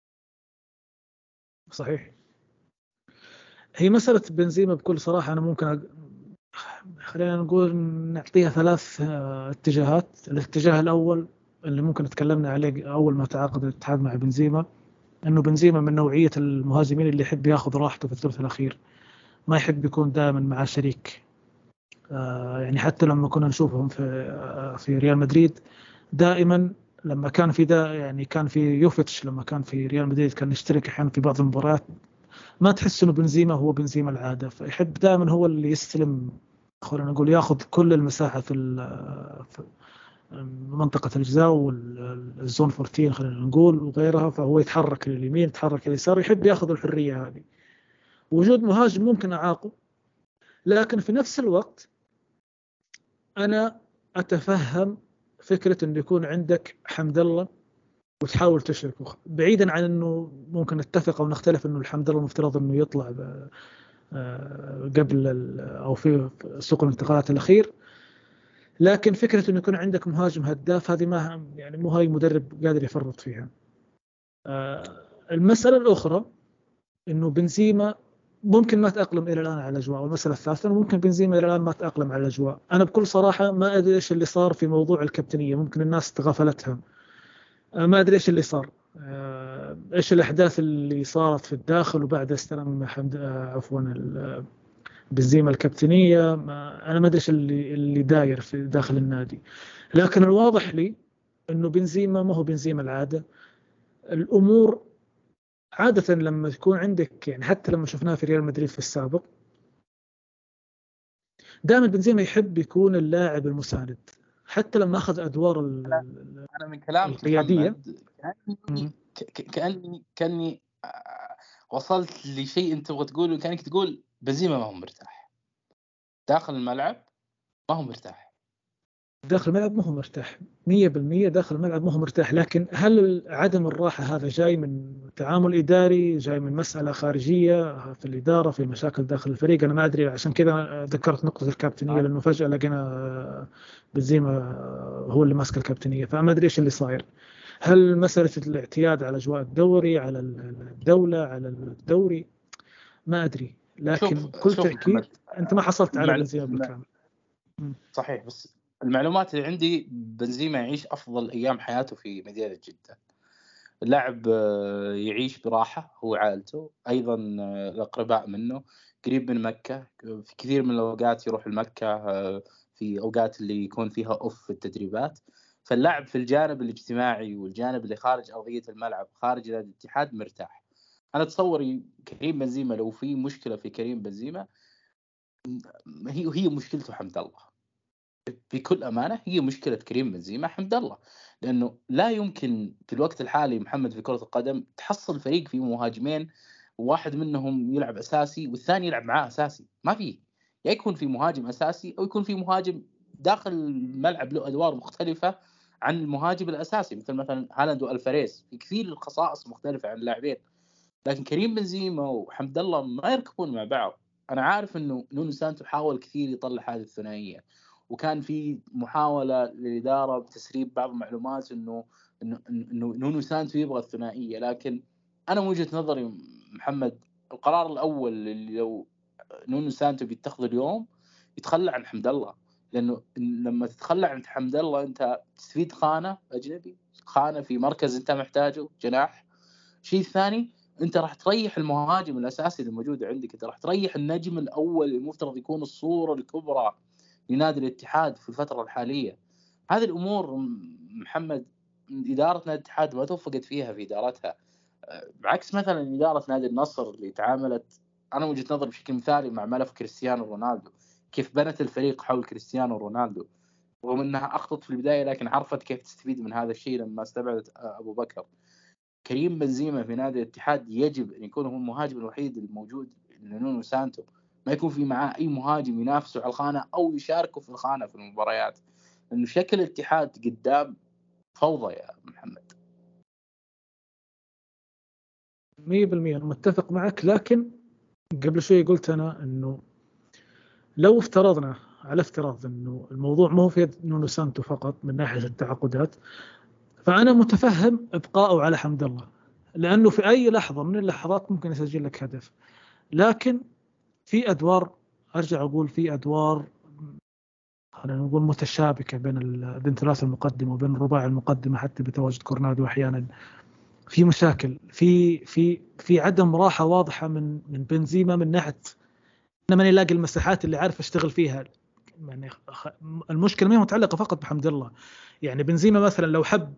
صحيح. هي مسألة بنزيما بكل صراحة أنا ممكن أ... خلينا نقول نعطيها ثلاث اتجاهات. الاتجاه الأول اللي ممكن تكلمنا عليه أول ما تعاقد الاتحاد مع بنزيما، أنه بنزيما من نوعية المهاجمين اللي يحب ياخذ راحته في الثلث الأخير، ما يحب يكون دائما مع شريك. آه يعني حتى لما كنا نشوفهم في آه في ريال مدريد دائما لما كان في دا يعني كان في يوفيتش لما كان في ريال مدريد كان يشترك أحيانا في بعض المباريات، ما تحس إنه بنزيما هو بنزيما العادة، فيحب دائما هو اللي يستلم، خلينا نقول ياخذ كل المساحة في منطقة الجزاء والزون أربعة عشر خلينا نقول وغيرها، فهو يتحرك لليمين يتحرك لليسار، يحب ياخذ الحرية هذه. وجود مهاجم ممكن أعاقه، لكن في نفس الوقت أنا أتفهم فكرة أن يكون عندك حمد الله وتحاول تشركه، بعيدا عن أنه ممكن نتفق أو نختلف أنه الحمد الله مفترض أنه يطلع قبل أو في سوق الانتقالات الأخير، لكن فكرة أنه يكون عندك مهاجم هداف هذه ما يعني مو هاي مدرب قادر يفرط فيها. المسألة الأخرى أنه بنزيما ممكن ما تأقلم إلى الآن على الأجواء، والمسألة الثالثة ممكن بنزيما إلى الآن ما تأقلم على الأجواء. أنا بكل صراحة ما أدري إيش اللي صار في موضوع الكابتنية، ممكن الناس تغفلتها، ما أدري إيش اللي صار، إيش الأحداث اللي صارت في الداخل وبعد استلم حمد عفوا بنزيما الكابتنية. ما أنا ما أدري إيش اللي اللي داير في داخل النادي، لكن الواضح لي إنه بنزيما ما هو بنزيما العادة. الأمور عادة لما تكون عندك يعني حتى لما شفناه في ريال مدريد في السابق دائما بنزيما يحب يكون اللاعب المساند، حتى لما أخذ أدوار أنا من كلامك القيادية كأني كأني كأني وصلت لشيء أنت تبغى تقوله، كأنك تقول بنزيما ما هو مرتاح داخل الملعب، ما هو مرتاح داخل الملعب، ما هو مرتاح مية بالمية داخل الملعب، ما هو مرتاح. لكن هل عدم الراحة هذا جاي من تعامل إداري، جاي من مسألة خارجية في الإدارة، في مشاكل داخل الفريق؟ أنا ما أدري، عشان كذا ذكرت نقطة الكابتنية، لأنه فجأة لقينا بنزيما هو اللي ماسك الكابتنية، فما أدري إيش اللي صاير. هل مسألة الاعتياد على أجواء الدوري، على الدولة، على الدوري، ما أدري، لكن شوف كل شوف تأكيد محمد، أنت ما حصلت على المعلو... بنزيما بالكامل. صحيح، بس المعلومات اللي عندي بنزيما يعيش أفضل أيام حياته في مدينة جدة. اللاعب يعيش براحة، هو عائلته أيضا الأقرباء منه قريب من مكة، في كثير من الأوقات يروح المكة في أوقات اللي يكون فيها أوف في التدريبات. فاللاعب في الجانب الاجتماعي والجانب اللي خارج أرضية الملعب خارج نادي الاتحاد مرتاح. أنا أتصور كريم بنزيما لو في مشكلة في كريم بنزيما هي هي مشكلته حمد الله. بكل أمانة هي مشكلة كريم بنزيما حمد الله، لأنه لا يمكن في الوقت الحالي محمد في كرة القدم تحصل فريق فيه مهاجمين واحد منهم يلعب أساسي والثاني يلعب معاه أساسي، ما فيه. يا يكون في مهاجم أساسي أو يكون في مهاجم داخل الملعب له أدوار مختلفة عن المهاجم الأساسي، مثل مثلا هالاند والفاريز، في كثير الخصائص مختلفة عن اللاعبين. لكن كريم بنزيما وحمد الله ما يركبون مع بعض. أنا عارف إنه نونو سانتو حاول كثير يطلع هذه الثنائية، وكان في محاولة للإدارة بتسريب بعض المعلومات إنه إنه إنه نونو سانتو يبغى الثنائية. لكن أنا من وجهة نظري محمد، القرار الأول اللي لو نونو سانتو بيتخذ اليوم يتخلى عن حمد الله، لأنه لما تتخلى عن حمد الله أنت تستفيد خانة أجنبي، خانة في مركز أنت محتاجه جناح. شيء ثاني، انت راح تريح المهاجم الاساسي اللي موجود عندك، انت راح تريح النجم الاول اللي المفترض يكون الصوره الكبرى لنادي الاتحاد في الفتره الحاليه. هذه الامور محمد اداره نادي الاتحاد ما توفقت فيها في ادارتها، بعكس مثلا اداره نادي النصر اللي تعاملت انا وجهه نظري بشكل مثالي مع ملف كريستيانو رونالدو، كيف بنت الفريق حول كريستيانو رونالدو، رغم انها اخطت في البدايه لكن عرفت كيف تستفيد من هذا الشيء لما استبعدت ابو بكر. كريم بنزيما في نادي الاتحاد يجب أن يكون هو المهاجم الوحيد الموجود لنونو سانتو، ما يكون في معاه أي مهاجم ينافسه على الخانة أو يشاركه في الخانة في المباريات، لأنه شكل الاتحاد قدام فوضى يا محمد. مية بالمية أنا متفق معك، لكن قبل شوي قلت أنا أنه لو افترضنا على افتراض أنه الموضوع ما هو في يد نونو سانتو فقط من ناحية التعاقدات، فأنا متفهم إبقاءه على حمد الله، لأنه في أي لحظة من اللحظات ممكن يسجل لك هدف. لكن في أدوار، أرجع أقول في أدوار خلينا نقول متشابكة بين بين ثلاثة المقدمة وبين الرباع المقدمة، حتى بتواجد كورنادو أحيانا في مشاكل، في في في عدم راحة واضحة من من بنزيما من ناحية إنه من يلاقي المساحات اللي عارف أشتغل فيها. يعني المشكلة ما هي متعلقة فقط بحمد الله، يعني بنزيما مثلا لو حب،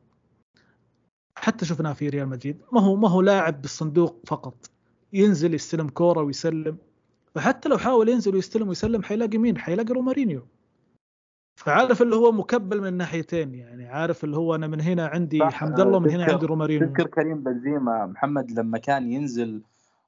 حتى شفناه في ريال مدريد، ما هو ما هو لاعب بالصندوق فقط، ينزل يستلم كورة ويسلم، فحتى لو حاول ينزل ويستلم ويسلم حيلاقي مين؟ حيلاقي رومارينيو. فعارف اللي هو مكبل من ناحيتين، يعني عارف اللي هو أنا من هنا عندي حمد الله ومن هنا عندي رومارينيو. تذكر كريم بنزيما محمد لما كان ينزل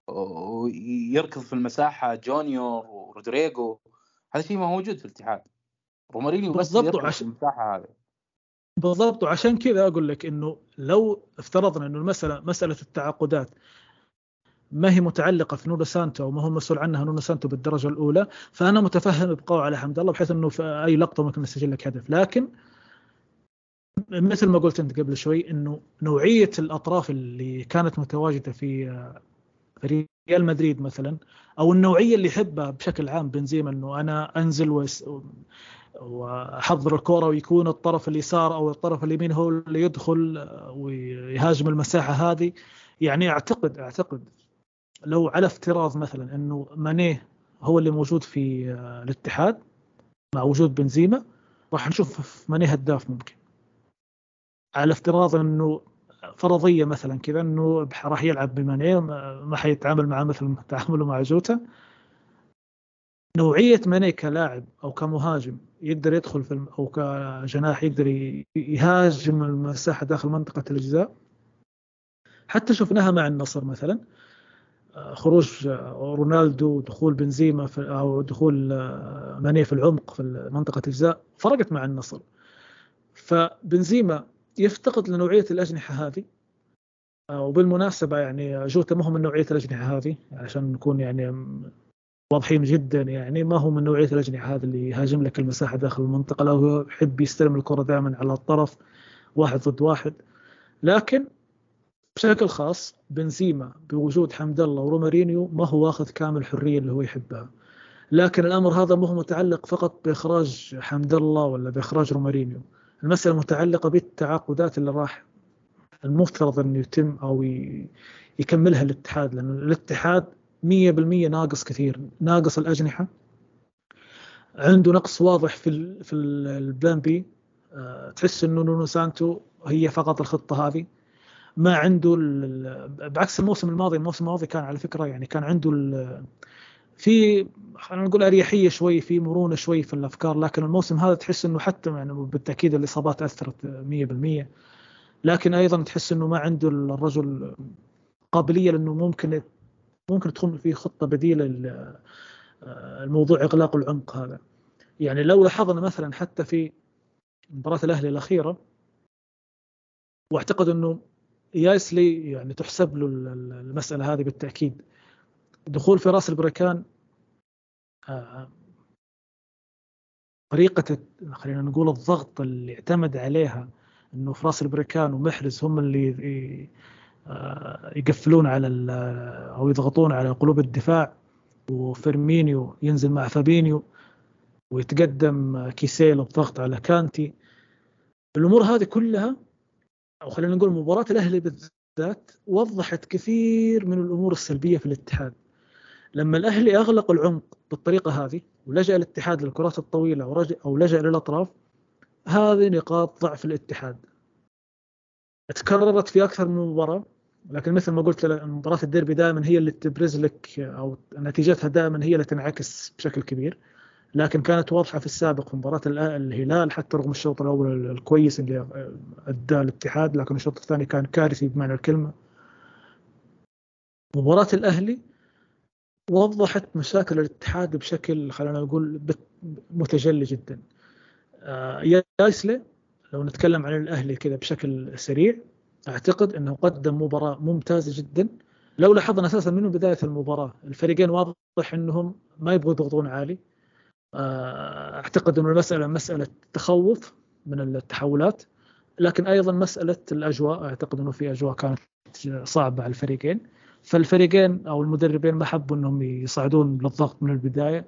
ويركض في المساحة جونيور ورودريجو، هذا شيء ما موجود في الاتحاد. رومارينيو بس يركض في المساحة هذه بالضبط. وعشان كذا أقول لك إنه لو افترضنا إنه المسألة مسألة التعاقدات ما هي متعلقة في نونو سانتو وما هو مسؤول عنها نونو سانتو بالدرجة الأولى، فأنا متفهم إبقاء على حمد الله بحيث إنه في أي لقطة ممكن يسجل لك هدف. لكن مثل ما قلت أنت قبل شوي إنه نوعية الأطراف اللي كانت متواجدة في ريال مدريد مثلا، أو النوعية اللي يحبها بشكل عام بنزيما، إنه أنا أنزل وس وأحضر الكرة ويكون الطرف اليسار أو الطرف اليمين هو اللي يدخل ويهاجم المساحة هذه. يعني أعتقد أعتقد لو على افتراض مثلا أنه مانيه هو اللي موجود في الاتحاد مع وجود بنزيما، راح نشوف مانيه هداف ممكن، على افتراض أنه فرضية مثلا كذا أنه راح يلعب بمانيه ما حيتعامل معه مثل تعامله مع جوتا. نوعية مانيه كلاعب أو كمهاجم يقدر يدخل في الم... أو كجناح يقدر يهاجم المساحة داخل منطقة الجزاء. حتى شفناها مع النصر مثلا، خروج رونالدو ودخول بنزيما في أو دخول مانيه في العمق في منطقة الجزاء فرقت مع النصر. فبنزيما يفتقد لنوعية الأجنحة هذه، وبالمناسبة يعني جوتا ما هو من نوعية الأجنحة هذه عشان نكون يعني واضحين جدا، يعني ما هو من نوعية الأجنحة هذا اللي يهاجم لك المساحة داخل المنطقة، لو يحب يستلم الكرة دائما على الطرف واحد ضد واحد. لكن بشكل خاص بنزيما بوجود حمد الله ورومارينيو ما هو واخذ كامل الحرية اللي هو يحبها. لكن الأمر هذا ما هو متعلق فقط بإخراج حمد الله ولا بإخراج رومارينيو، المسألة متعلقة بالتعاقدات اللي راح المفترض أن يتم أو يكملها الاتحاد، لأن الاتحاد مية بالمية ناقص كثير، ناقص الأجنحة، عنده نقص واضح في ال في البلان بي. أه تحس إنه نونو سانتو هي فقط الخطة هذه، ما عنده بعكس الموسم الماضي. الموسم الماضي كان على فكرة يعني كان عنده في خلينا نقول أريحية شوي، في مرونة شوي في الأفكار. لكن الموسم هذا تحس إنه حتى يعني بالتأكيد الإصابات أثرت مية بالمية، لكن أيضا تحس إنه ما عنده الرجل قابلية لأنه ممكن ممكن تكون في خطة بديلة للموضوع إغلاق العمق هذا. يعني لو لاحظنا مثلا حتى في مباراة الأهلي الأخيرة، واعتقد إنه ياسلي يعني تحسب له المسألة هذه بالتأكيد، دخول فراس البركان، طريقة خلينا نقول الضغط اللي اعتمد عليها إنه فراس البركان ومحرز هم اللي يقفلون على أو يضغطون على قلوب الدفاع، وفيرمينيو ينزل مع فابينيو، ويتقدم كيسيل الضغط على كانتي. الأمور هذه كلها، أو خلينا نقول مباراة الأهلي بالذات، وضحت كثير من الأمور السلبية في الاتحاد. لما الأهلي أغلق العمق بالطريقة هذه ولجأ الاتحاد للكرات الطويلة أو لجأ للأطراف، هذه نقاط ضعف الاتحاد. تكررت في أكثر من مباراة، لكن مثل ما قلت مباراة الديربي دائما هي اللي تبرز لك، أو نتيجتها دائما هي اللي تنعكس بشكل كبير. لكن كانت واضحة في السابق في مباراة الهلال، حتى رغم الشوط الأول الكويس اللي أدى الاتحاد، لكن الشوط الثاني كان كارثي بمعنى الكلمة. مباراة الأهلي وضحت مشاكل الاتحاد بشكل خلينا نقول متجلي جدا. ياسلي لو نتكلم عن الأهلي كذا بشكل سريع، أعتقد أنه قدم مباراة ممتازة جدا. لو لاحظنا أساسا من بداية المباراة الفريقين واضح أنهم ما يبغوا يضغطون عالي. أعتقد أن المسألة مسألة تخوف من التحولات، لكن أيضا مسألة الأجواء. أعتقد أنه في أجواء كانت صعبة على الفريقين، فالفريقين أو المدربين ما حبوا أنهم يصعدون للضغط من البداية.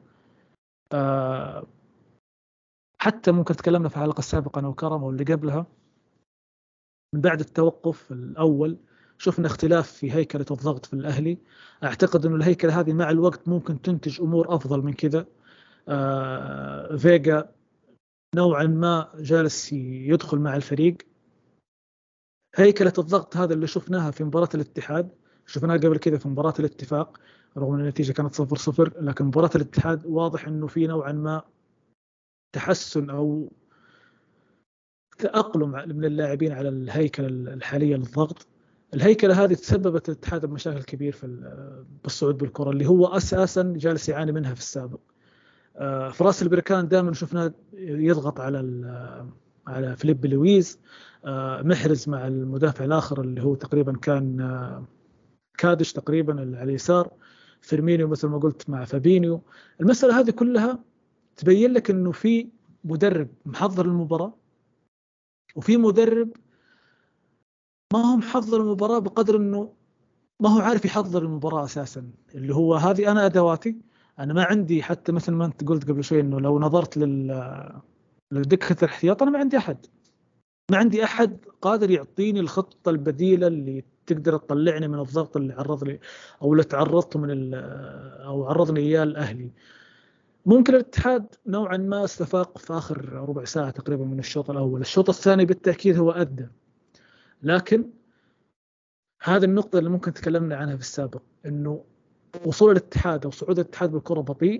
حتى ممكن تكلمنا في الحلقة السابقة أنا وكرم واللي قبلها، من بعد التوقف الأول شفنا اختلاف في هيكلة الضغط في الأهلي. أعتقد أن الهيكلة هذه مع الوقت ممكن تنتج أمور أفضل من كذا. آه فيجا نوعا ما جالس يدخل مع الفريق. هيكلة الضغط هذا اللي شفناها في مباراة الاتحاد شفناها قبل كذا في مباراة الاتفاق، رغم أن النتيجة كانت صفر صفر، لكن مباراة الاتحاد واضح أنه في نوعا ما تحسن أو تأقلم من اللاعبين على الهيكلة الحالية للضغط. الهيكلة هذه تسببت الاتحاد بمشاكل كبير في بالصعود بالكرة اللي هو أساسا جالس يعاني منها في السابق. فراس البركان دائما شفناه يضغط على على فيليب لويز، محرز مع المدافع الآخر اللي هو تقريبا كان كادش تقريبا على اليسار، فيرمينيو مثل ما قلت مع فابينيو. المسألة هذه كلها تبين لك أنه في مدرب محضر المباراة، وفي مدرب ما هو محضر المباراة بقدر أنه ما هو عارف يحضر المباراة أساسا. اللي هو هذه أنا أدواتي، أنا ما عندي، حتى مثل ما أنت قلت قبل شوي أنه لو نظرت لل لدكة الاحتياط أنا ما عندي أحد ما عندي أحد قادر يعطيني الخطة البديلة اللي تقدر تطلعني من الضغط اللي عرض لي أو اللي تعرضت من أو عرضني إياه الأهلي. ممكن الاتحاد نوعا ما استفاق في آخر ربع ساعة تقريبا من الشوط الأول. الشوط الثاني بالتأكيد هو أدى، لكن هذه النقطة اللي ممكن تكلمنا عنها في السابق، إنه وصول الاتحاد أو صعود الاتحاد بالكرة بطيء.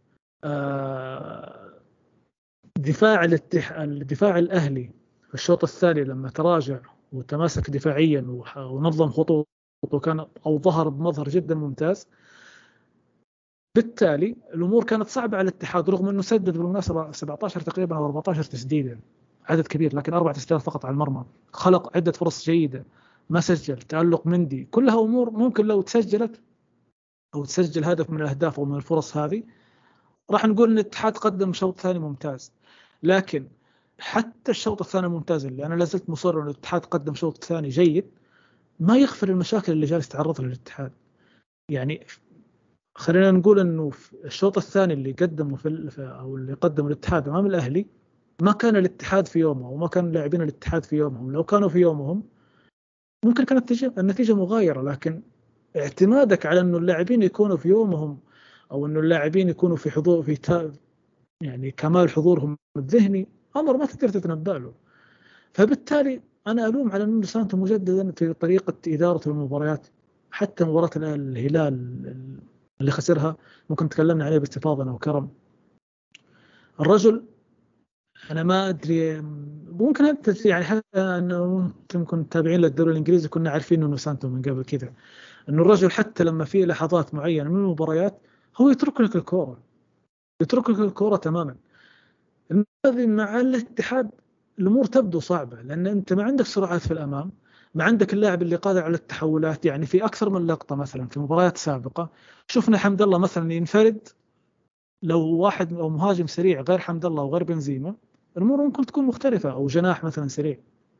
آه دفاع الاتحاد الدفاع الأهلي في الشوط الثاني لما تراجع وتماسك دفاعيا ونظم خطوط وكان أو ظهر بمظهر جدا ممتاز، بالتالي الأمور كانت صعبة على الاتحاد، رغم أنه سدد بالمناسبة سبعة عشر تقريبا أو أربعة عشر تسديدة، عدد كبير، لكن أربع تسديدات فقط على المرمى. خلق عدة فرص جيدة، ما سجل، تألق مندي، كلها أمور ممكن لو تسجلت أو تسجل هدف من الأهداف أو من الفرص هذه راح نقول أن الاتحاد قدم شوط ثاني ممتاز. لكن حتى الشوط الثاني الممتاز اللي أنا لازلت مصر أن الاتحاد قدم شوط ثاني جيد، ما يغفر المشاكل اللي جالس تعرض للاتحاد. يعني خلينا نقول أنه الشوط الثاني اللي قدمه في أو اللي قدمه الاتحاد أمام الأهلي ما كان الاتحاد في يومه وما كان لاعبين الاتحاد في يومهم. لو كانوا في يومهم ممكن كانت النتيجة مغايرة، لكن اعتمادك على أنه اللاعبين يكونوا في يومهم أو أنه اللاعبين يكونوا في حضور في تا يعني كمال حضورهم الذهني أمر ما تقدر تتنبأ له. فبالتالي أنا ألوم على أنه سانتو مجددا في طريقة إدارة المباريات. حتى مباراة الهلال اللي خسرها ممكن تكلمنا عليه باستفاضة أنا وكرم. الرجل أنا ما أدري، ممكن أنت يعني حتى أنه ممكن تابعين للدوري الإنجليزي كنا عارفين إنه سانتو من قبل كذا، إنه الرجل حتى لما في لحظات معينة من المباريات هو يترك لك الكرة، يترك لك الكرة تماما. هذه مع الاتحاد الأمور تبدو صعبة، لأن أنت ما عندك سرعات في الأمام، ما عندك اللاعب اللي قادر على التحولات. يعني في أكثر من لقطة مثلا في مباريات سابقة شفنا حمد الله مثلا ينفرد، لو واحد أو مهاجم سريع غير حمد الله وغير بنزيما الأمور ممكن تكون مختلفة، أو جناح مثلا سريع.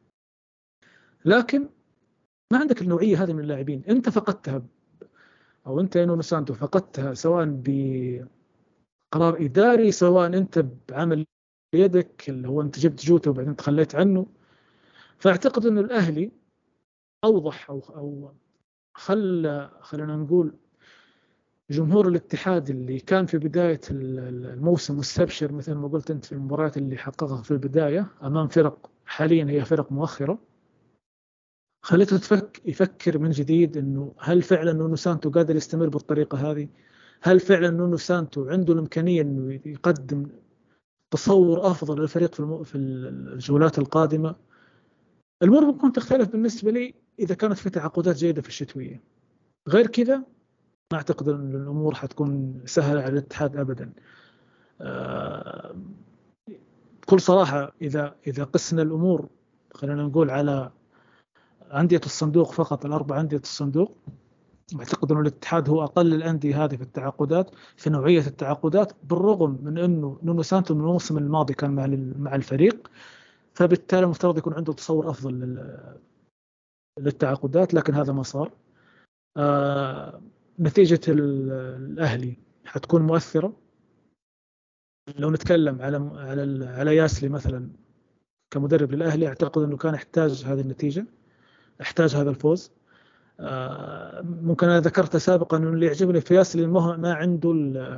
لكن ما عندك النوعية هذه من اللاعبين، أنت فقدتها، أو أنت يا نونو سانتو فقدتها، سواء بقرار إداري، سواء أنت بعمل يدك اللي هو أنت جبت جوته وبعدين تخليت عنه. فأعتقد أن الأهلي أوضح أو أو خل خلينا نقول جمهور الاتحاد اللي كان في بداية الموسم مستبشر مثل ما قلت أنت في المباريات اللي حققها في البداية أمام فرق حاليا هي فرق مؤخرة، خليته تفك يفكر من جديد إنه هل فعلا نونو سانتو قادر يستمر بالطريقة هذه؟ هل فعلا نونو سانتو عنده الإمكانية إنه يقدم تصور أفضل للفريق في الم... في الجولات القادمة؟ الأمور ممكن تختلف بالنسبة لي إذا كانت في تعاقدات جيدة في الشتوية. غير كذا ما أعتقد أن الأمور حتكون سهلة على الاتحاد أبدا. أه... بكل صراحة إذا إذا قسنا الأمور خلينا نقول على أندية الصندوق فقط، الأربع أندية الصندوق، أعتقد أن الاتحاد هو أقل الأندية هذه في التعاقدات، في نوعية التعاقدات، بالرغم من أنه نونو سانتو من الموسم الماضي كان مع مع الفريق، فبالتالي المفترض يكون عنده تصور أفضل للتعاقدات، لكن هذا ما صار. آه نتيجة الأهلي حتكون مؤثرة. لو نتكلم على على على ياسلي مثلا كمدرب للأهلي، أعتقد أنه كان يحتاج هذه النتيجة، يحتاج هذا الفوز. آه ممكن أنا ذكرت سابقا أنه اللي يعجبني في ياسلي ما عنده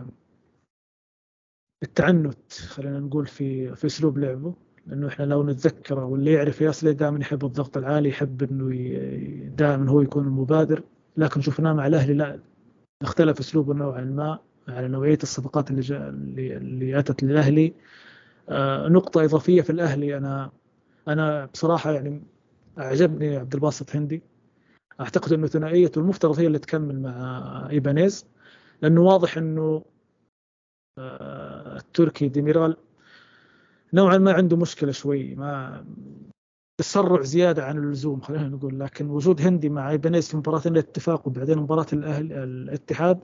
التعنت، خلينا نقول في في أسلوب لعبه، لأنه إحنا لو نتذكره واللي يعرف ياسلي دائما يحب الضغط العالي، يحب إنه دائما هو يكون المبادر. لكن شفناه مع الأهلي لا، اختلف أسلوبه نوعا ما على نوعية الصفقات اللي جاء اللي, اللي أتت للأهلي. آه نقطة إضافية في الأهلي، أنا أنا بصراحة يعني أعجبني عبد الباسط هندي. أعتقد إنه ثنائيته المفترض هي اللي تكمل مع إيبانيز، لأنه واضح إنه آه التركي ديميرال نوعا ما عنده مشكلة شوي، ما تسرع زيادة عن اللزوم خلينا نقول. لكن وجود هندي مع ايبانيز في مباراة الاتفاق وبعدين مباراة الأهل الاتحاد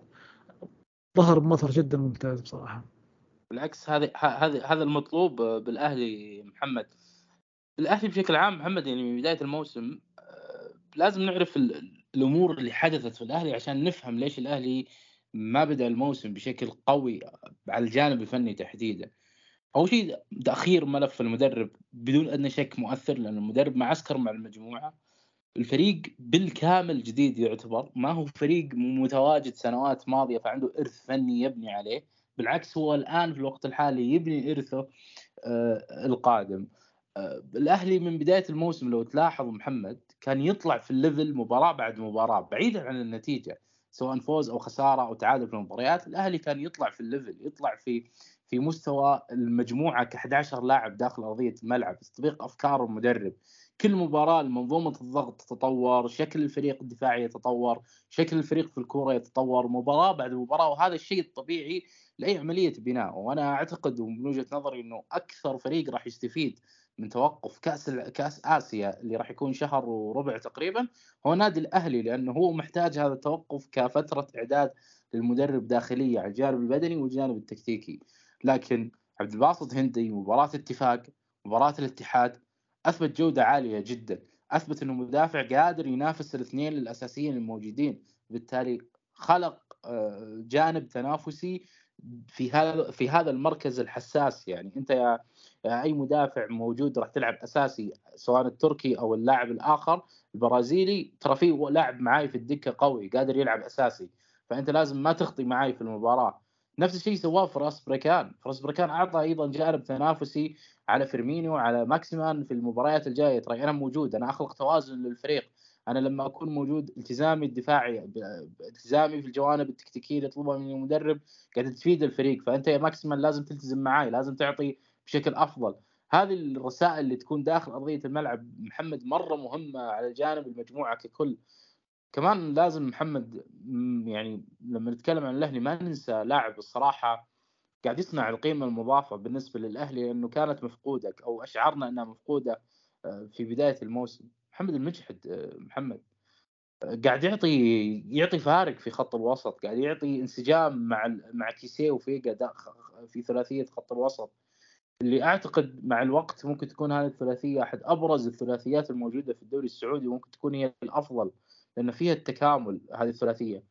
ظهر بمظهر جدا ممتاز بصراحة. بالعكس هذا هذا هذا المطلوب بالأهلي محمد. الأهلي بشكل عام محمد يعني من بداية الموسم لازم نعرف الأمور اللي حدثت في الأهلي عشان نفهم ليش الأهلي ما بدأ الموسم بشكل قوي على الجانب الفني تحديدا. أول شيء تأخير ملف المدرب بدون أدنى شك مؤثر، لأن المدرب معسكر مع المجموعة، الفريق بالكامل جديد يعتبر، ما هو فريق متواجد سنوات ماضية فعنده إرث فني يبني عليه. بالعكس هو الآن في الوقت الحالي يبني إرثه آه القادم. آه الأهلي من بداية الموسم لو تلاحظ محمد كان يطلع في الليفل مباراة بعد مباراة بعيدا عن النتيجة، سواء فوز أو خسارة أو تعادل في المباريات. الأهلي كان يطلع في الليفل، يطلع في في مستوى المجموعة كأحد عشر لاعب داخل أرضية الملعب، يستطبق أفكار المدرب. كل مباراة منظومة الضغط تتطور، شكل الفريق الدفاعي يتطور، شكل الفريق في الكرة يتطور مباراة بعد مباراة، وهذا الشيء الطبيعي لأي عملية بناء. وأنا أعتقد من وجهة نظري أنه أكثر فريق راح يستفيد من توقف كأس كأس آسيا اللي راح يكون شهر وربع تقريبا هو نادي الأهلي، لأنه هو محتاج هذا التوقف كفترة إعداد للمدرب داخلية على الجانب البدني والجانب التكتيكي. لكن عبد الباسط هندي مباراة اتفاق مباراة الاتحاد أثبت جودة عالية جدا، أثبت أنه مدافع قادر ينافس الاثنين الأساسيين الموجودين، بالتالي خلق جانب تنافسي في هذا في هذا المركز الحساس. يعني أنت يا أي مدافع موجود راح تلعب أساسي، سواء التركي أو اللاعب الآخر البرازيلي، ترى في لاعب معاي في الدكة قوي قادر يلعب أساسي، فأنت لازم ما تخطي معاي في المباراة. نفس الشيء سواه فراس بريكان، فراس بريكان أعطى أيضا جانب تنافسي على فيرمينيو على ماكسيمان في المباريات الجاية. ترى أنا موجود، أنا أخلق توازن للفريق، أنا لما أكون موجود التزامي الدفاعي التزامي في الجوانب التكتيكية اللي يطلبها مني المدرب قاعد تفيد الفريق، فأنت يا ماكسيمان لازم تلتزم معاي، لازم تعطي بشكل أفضل. هذه الرسائل اللي تكون داخل أرضية الملعب محمد مرة مهمة على جانب المجموعة ككل. كمان لازم محمد يعني لما نتكلم عن الأهلي ما ننسى لاعب الصراحة قاعد يصنع القيمة المضافة بالنسبة للأهلي لأنه كانت مفقودة أو أشعرنا أنها مفقودة في بداية الموسم. محمد المجحد محمد قاعد يعطي يعطي فارق في خط الوسط، قاعد يعطي انسجام مع مع كيسيه وفيجا في ثلاثية خط الوسط اللي أعتقد مع الوقت ممكن تكون هذه الثلاثية أحد أبرز الثلاثيات الموجودة في الدوري السعودي وممكن تكون هي الأفضل لأن فيها التكامل. هذه الثلاثية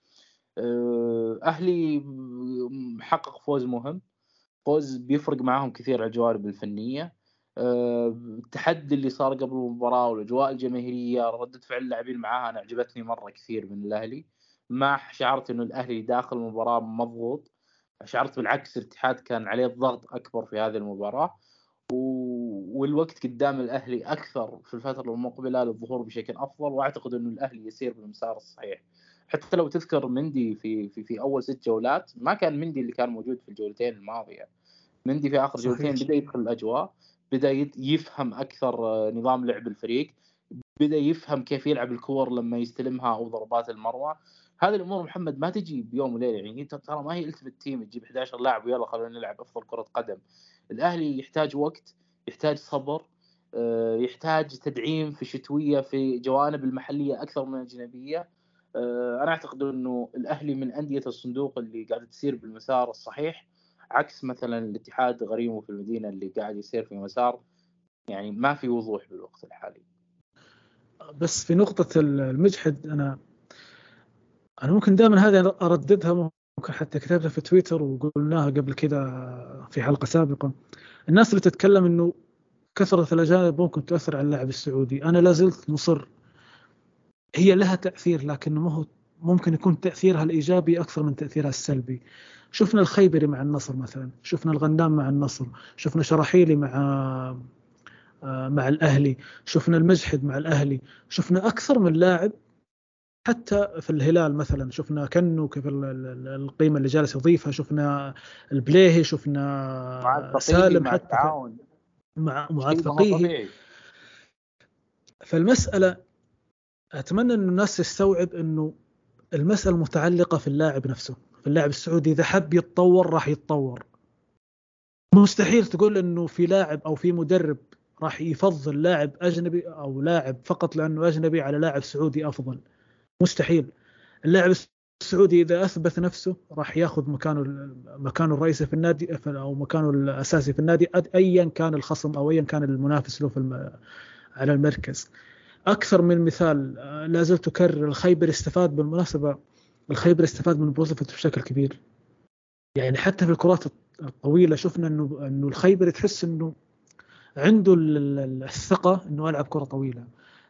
أهلي حقق فوز مهم، فوز بيفرق معاهم كثير على الجوانب الفنية. التحدي اللي صار قبل المباراة والأجواء الجماهيرية ردة فعل اللاعبين معاها أنا عجبتني مرة كثير من الأهلي، ما شعرت إنه الأهلي داخل المباراة مضغوط، شعرت بالعكس الاتحاد كان عليه الضغط أكبر في هذه المباراة والوقت قدام الأهلي أكثر في الفترة المقبلة للظهور بشكل أفضل، وأعتقد إنه الأهلي يسير بالمسار الصحيح. حتى لو تذكر مندي في في في أول ست جولات ما كان مندي اللي كان موجود في الجولتين الماضية، مندي في آخر جولتين بدأ يدخل الأجواء، بدأ يفهم أكثر نظام لعب الفريق، بدأ يفهم كيف يلعب الكور لما يستلمها أو ضربات المروة. هذه الأمور محمد ما تجي بيوم وليلة، يعني أنت ترى ما هي التفت تيم تجيب إحدى عشر لاعب ويلا خلونا نلعب أفضل كرة قدم. الأهلي يحتاج وقت، يحتاج صبر، يحتاج تدعيم في الشتوية في جوانب المحلية أكثر من الأجنبية. أنا أعتقد أنه الأهلي من أندية الصندوق اللي قاعدة تسير بالمسار الصحيح، عكس مثلا الاتحاد غريمه في المدينة اللي قاعد يسير في مسار يعني ما في وضوح بالوقت الحالي. بس في نقطة المجحد أنا أنا ممكن دائما هذا أرددها، ممكن حتى كتبتها في تويتر وقلناها قبل كده في حلقة سابقة. الناس اللي تتكلم إنه كثرة الأجانب ممكن تؤثر على اللاعب السعودي، أنا لازلت مصر هي لها تأثير، لكن ما هو ممكن يكون تأثيرها الإيجابي أكثر من تأثيرها السلبي. شفنا الخيبري مع النصر مثلا، شفنا الغنام مع النصر، شفنا شراحيلي مع مع الأهلي، شفنا المجحد مع الأهلي، شفنا أكثر من لاعب حتى في الهلال مثلا، شفنا كنو كيف القيمة اللي جالس يضيفها، شفنا البليهي، شفنا سالم مع حتى التعاون مع معاذ فقيهي. فالمسألة أتمنى أن الناس تستوعب أنه المسألة متعلقة في اللاعب نفسه، في اللاعب السعودي إذا حب يتطور راح يتطور. مستحيل تقول أنه في لاعب أو في مدرب راح يفضل لاعب أجنبي أو لاعب فقط لأنه أجنبي على لاعب سعودي أفضل، مستحيل. اللاعب السعودي إذا أثبت نفسه راح يأخذ مكانه مكانه الرئيسي في النادي أو مكانه الأساسي في النادي أيا كان الخصم أو أيا كان المنافس له في على المركز. أكثر من مثال لا زلت أكرر، الخيبر استفاد بالمناسبة، الخيبر استفاد من بروزوفيتش بشكل كبير. يعني حتى في الكرات الطويلة شفنا إنه إنه الخيبر تحس إنه عنده الثقة إنه ألعب كرة طويلة.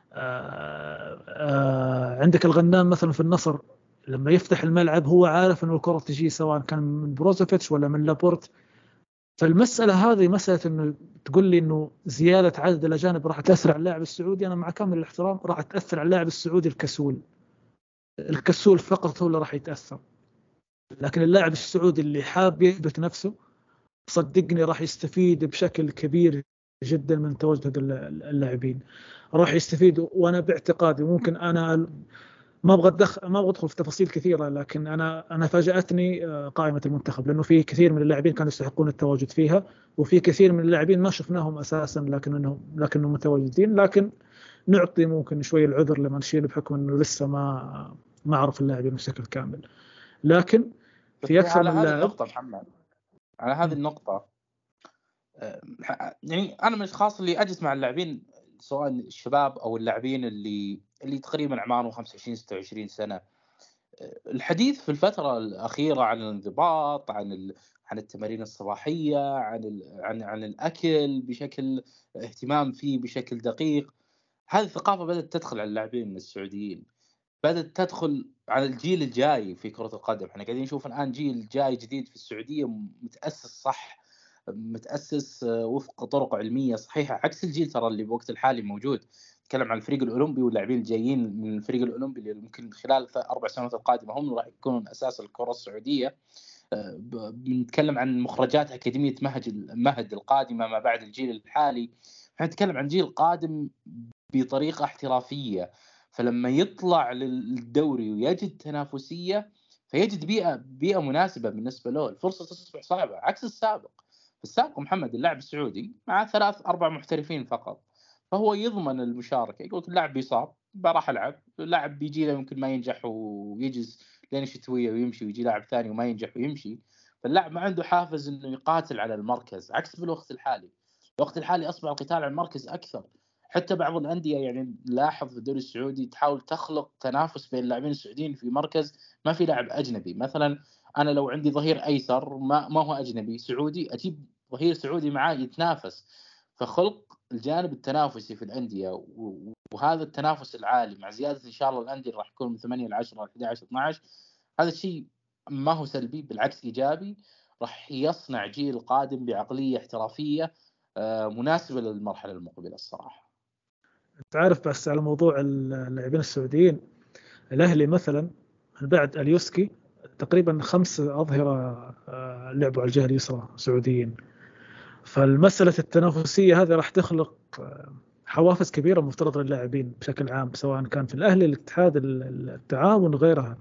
آآ آآ عندك الغنام مثلا في النصر لما يفتح الملعب هو عارف إنه الكرة تجي سواء كان من بروزوفيتش ولا من لابورت. فالمسألة هذه مسألة إنه تقول لي إنه زيادة عدد الأجانب راح تأثر على اللاعب السعودي، أنا مع كامل الاحترام راح تأثر على اللاعب السعودي الكسول، الكسول فقط هو اللي راح يتأثر. لكن اللاعب السعودي اللي حاب يثبت نفسه صدقني راح يستفيد بشكل كبير جدا من تواجد اللاعبين، راح يستفيد. وأنا باعتقادي ممكن أنا ما ابغى ادخل ما ابغى ادخل في تفاصيل كثيره، لكن انا انا فاجاتني قائمه المنتخب لانه في كثير من اللاعبين كانوا يستحقون التواجد فيها، وفي كثير من اللاعبين ما شفناهم اساسا لكنهم لكنهم متواجدين. لكن نعطي ممكن شوي العذر لمانشيني بحكم انه لسه ما ما عرف اللاعبين بشكل كامل. لكن في اكثر على من هذه لاعب النقطه محمد، على هذه النقطه يعني انا من الاشخاص اللي اجلس مع اللاعبين سواء الشباب او اللاعبين اللي اللي تقريبا اعمارهم خمسة وعشرين ستة وعشرين سنه. الحديث في الفتره الاخيره عن الانضباط، عن ال... عن التمارين الصباحيه، عن ال... عن عن الاكل بشكل اهتمام فيه بشكل دقيق. هذه الثقافه بدات تدخل على اللاعبين السعوديين، بدات تدخل على الجيل الجاي في كره القدم. احنا قاعدين نشوف الان جيل جاي جديد في السعوديه متاسس صح، متأسس وفق طرق علمية صحيحة، عكس الجيل ترى اللي بوقت الحالي موجود. تتكلم عن الفريق الأولمبي واللاعبين الجايين من الفريق الأولمبي اللي ممكن خلال أربع سنوات القادمة هم راح يكونون أساس الكرة السعودية. بنتكلم عن مخرجات أكاديمية مهد مهد القادمة ما بعد الجيل الحالي. نتكلم عن جيل قادم بطريقة احترافية، فلما يطلع للدوري ويجد تنافسية فيجد بيئة بيئة مناسبة بالنسبة له، الفرصة تصبح صعبة عكس السابق. في السابق محمد اللاعب السعودي مع ثلاث أربع محترفين فقط، فهو يضمن المشاركة. يقول اللاعب بيصاب راح ألعب، اللاعب بيجي له يمكن ما ينجح ويجلس لين الشتوية ويمشي، ويجي لاعب ثاني وما ينجح ويمشي، فاللاعب ما عنده حافز إنه يقاتل على المركز عكس بالوقت الحالي. الوقت الحالي أصبح القتال على المركز أكثر. حتى بعض الأندية يعني لاحظ في الدوري السعودي تحاول تخلق تنافس بين اللاعبين السعوديين في مركز ما في لاعب أجنبي. مثلا أنا لو عندي ظهير أيسر ما ما هو أجنبي سعودي، أجيب ظهير سعودي معاه يتنافس. فخلق الجانب التنافسي في الأندية، وهذا التنافس العالي مع زيادة إن شاء الله الأندية راح يكون من ثمانية إلى عشرة إلى إحدى عشر اثنا عشر، هذا الشيء ما هو سلبي، بالعكس إيجابي. راح يصنع جيل قادم بعقلية احترافية مناسبة للمرحلة المقبلة الصراحة. تعرف بس على موضوع اللاعبين السعوديين، الأهلي مثلا بعد اليوسكي تقريبا خمس أظهرة لعبوا على الجهة اليسرى سعوديين. فالمسألة التنافسية هذه راح تخلق حوافز كبيرة مفترض للاعبين بشكل عام، سواء كان في الأهلي، الاتحاد، التعاون وغيرها.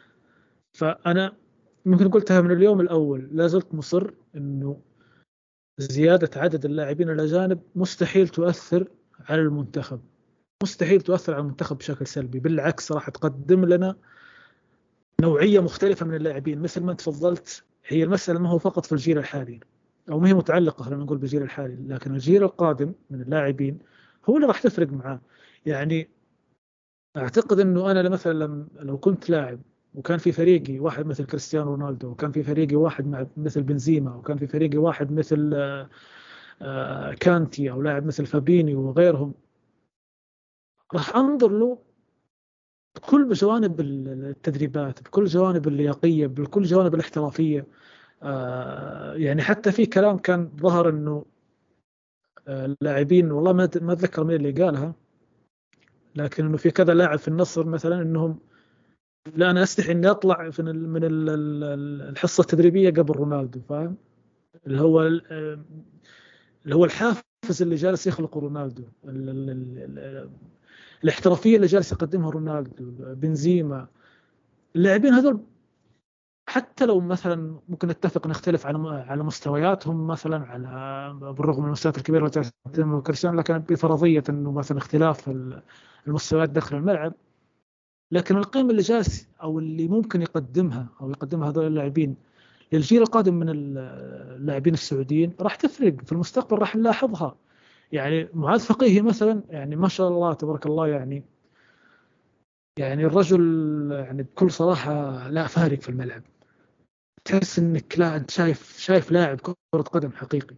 فأنا ممكن قلتها من اليوم الأول، لا زلت مصر إنه زيادة عدد اللاعبين الأجانب مستحيل تؤثر على المنتخب، مستحيل تؤثر على المنتخب بشكل سلبي. بالعكس راح تقدم لنا نوعية مختلفة من اللاعبين. مثل ما تفضلت، هي المسألة ما هو فقط في الجيل الحالي، أو ما هي متعلقة خلينا نقول بالجيل الحالي، لكن الجيل القادم من اللاعبين هو اللي راح تفرق معاه. يعني أعتقد أنه أنا مثلا لو كنت لاعب وكان في فريقي واحد مثل كريستيانو رونالدو، وكان في فريقي واحد مع مثل بنزيما، وكان في فريقي واحد مثل كانتي أو لاعب مثل فابيني وغيرهم، راح أنظر له بكل جوانب التدريبات، بكل جوانب اللياقية، بكل جوانب الاحترافية. آه يعني حتى في كلام كان ظهر انه اللاعبين، آه والله ما ما اتذكر مين اللي قالها، لكن انه في كذا لاعب في النصر مثلا انهم لا انا استحي اني اطلع من الحصة التدريبية قبل رونالدو، فاهم؟ اللي هو اللي هو الحافز اللي جالس يخلقه رونالدو، ال ال ال الاحترافية اللي جالس يقدمها رونالدو، بنزيما. اللاعبين هذول حتى لو مثلا ممكن نتفق نختلف على على مستوياتهم مثلا، على بالرغم من المستويات الكبيره اللي تقدمها كريستيانو، لكن بفرضيه انه مثلا اختلاف المستويات داخل الملعب، لكن القيمه اللي جالس او اللي ممكن يقدمها او يقدمها هذول اللاعبين للجيل القادم من اللاعبين السعوديين راح تفرق في المستقبل، راح نلاحظها. يعني معاذ فقيهي مثلا، يعني ما شاء الله تبارك الله، يعني يعني الرجل يعني بكل صراحه لا فارق في الملعب، تحس انك لا انت شايف شايف لاعب كرة قدم حقيقي.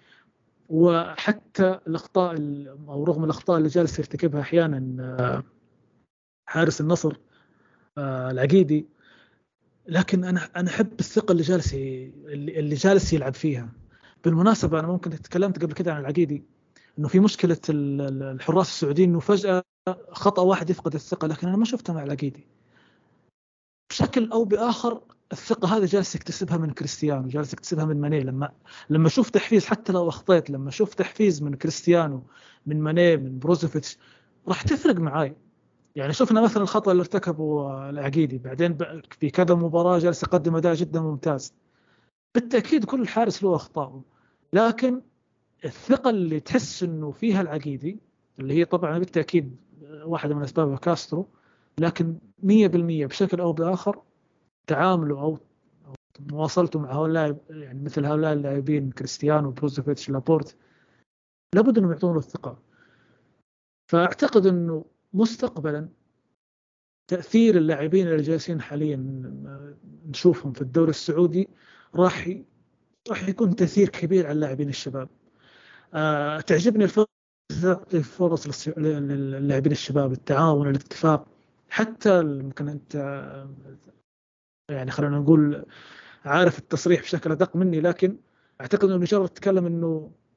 وحتى الاخطاء او رغم الاخطاء اللي جالس يرتكبها احيانا حارس النصر العقيدي، لكن انا انا احب الثقة اللي جالس اللي جالس يلعب فيها. بالمناسبة انا ممكن تكلمت قبل كده عن العقيدي، انه في مشكلة الحراس السعوديين انه فجأة خطأ واحد يفقد الثقة، لكن انا ما شفتها مع العقيدي. بشكل او باخر الثقة هذه جالس يكتسبها من كريستيانو، جالس يكتسبها من ماني. لما لما شوف تحفيز، حتى لو اخطيت، لما شوف تحفيز من كريستيانو، من ماني، من بروزوفيتش، راح تفرق معاي. يعني شفنا مثلا الخطأ اللي ارتكبه العقيدي، بعدين في كذا مباراة جالس يقدم أداء جدا ممتاز. بالتأكيد كل حارس له أخطاء، لكن الثقة اللي تحس إنه فيها العقيدي، اللي هي طبعا بالتأكيد واحدة من أسبابها كاسترو، لكن مية بالمية بشكل أو بآخر تعامله أو مواصلته مع هؤلاء، يعني مثل هؤلاء اللاعبين كريستيانو، بروزوفيتش، لابورت، لابد انهم يعطونه الثقة. فاعتقد انه مستقبلا تأثير اللاعبين اللي جالسين حاليا نشوفهم في الدوري السعودي راح راح يكون تأثير كبير على اللاعبين الشباب. أه تعجبني الفرص الفرص للاعبين الشباب، التعاون، الاتفاق. حتى ممكن انت يعني خلينا نقول عارف التصريح بشكل أدق مني، لكن أعتقد أنه مجرد تكلم أنه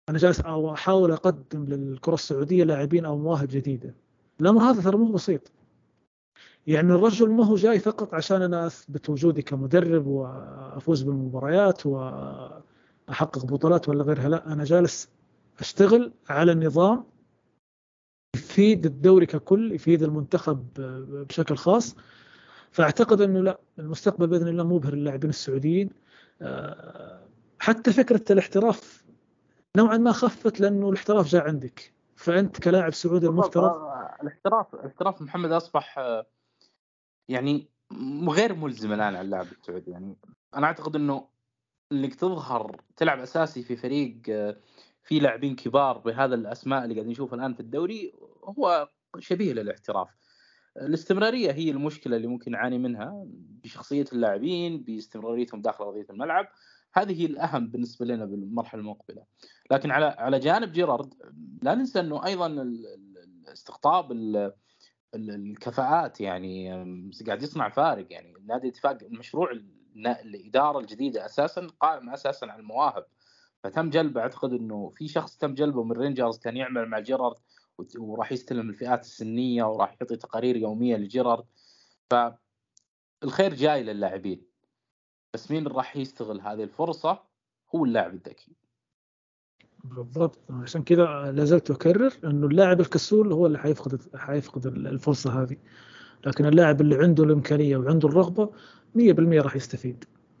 انا جالس أو احاول اقدم للكره السعوديه لاعبين او مواهب جديده. الامر هذا ترى مو بسيط. يعني الرجل ما هو جاي فقط عشان انا اثبت وجودي كمدرب وافوز بالمباريات واحقق بطولات ولا غيرها، لا، انا جالس اشتغل على نظام يفيد الدوري ككل، يفيد المنتخب بشكل خاص. فاعتقد انه لا، المستقبل باذن الله مبهر للاعبين السعوديين. آه، حتى فكره الاحتراف نوعا ما خفت، لانه الاحتراف جاء عندك، فانت كلاعب سعودي بالضبط. المفترض. آه، الاحتراف الاحتراف محمد اصبح آه، يعني م- غير ملزم الان على اللاعب السعودي. يعني انا اعتقد انه انك تظهر تلعب اساسي في فريق آه، فيه لاعبين كبار بهذا الاسماء اللي قاعدين نشوفها الان في الدوري هو شبيه للاحتراف. الاستمراريه هي المشكله اللي ممكن نعاني منها بشخصيه اللاعبين، باستمراريتهم داخل ارضيه الملعب. هذه هي الاهم بالنسبه لنا بالمرحله المقبله. لكن على على جانب جيرارد، لا ننسى انه ايضا ال- ال- استقطاب ال- ال- الكفاءات يعني أم، قاعد يصنع فارق. يعني نادي الاتفاق المشروع النا- الاداره الجديده اساسا قائم اساسا على المواهب. فتم جلبه، اعتقد انه في شخص تم جلبه من رينجرز كان يعمل مع جيرارد، وت- وراح يستلم الفئات السنيه وراح يعطي تقارير يوميه لجيرارد. فالخير جاي للاعبين، بس مين اللي راح يستغل هذه الفرصه؟ هو اللاعب الذكي. بالضبط، عشان كذا لازلت اكرر انه اللاعب الكسول هو اللي حيفقد حيفقد الفرصه هذه، لكن اللاعب اللي عنده الامكانيه وعنده الرغبه مية بالمية راح يستفيد.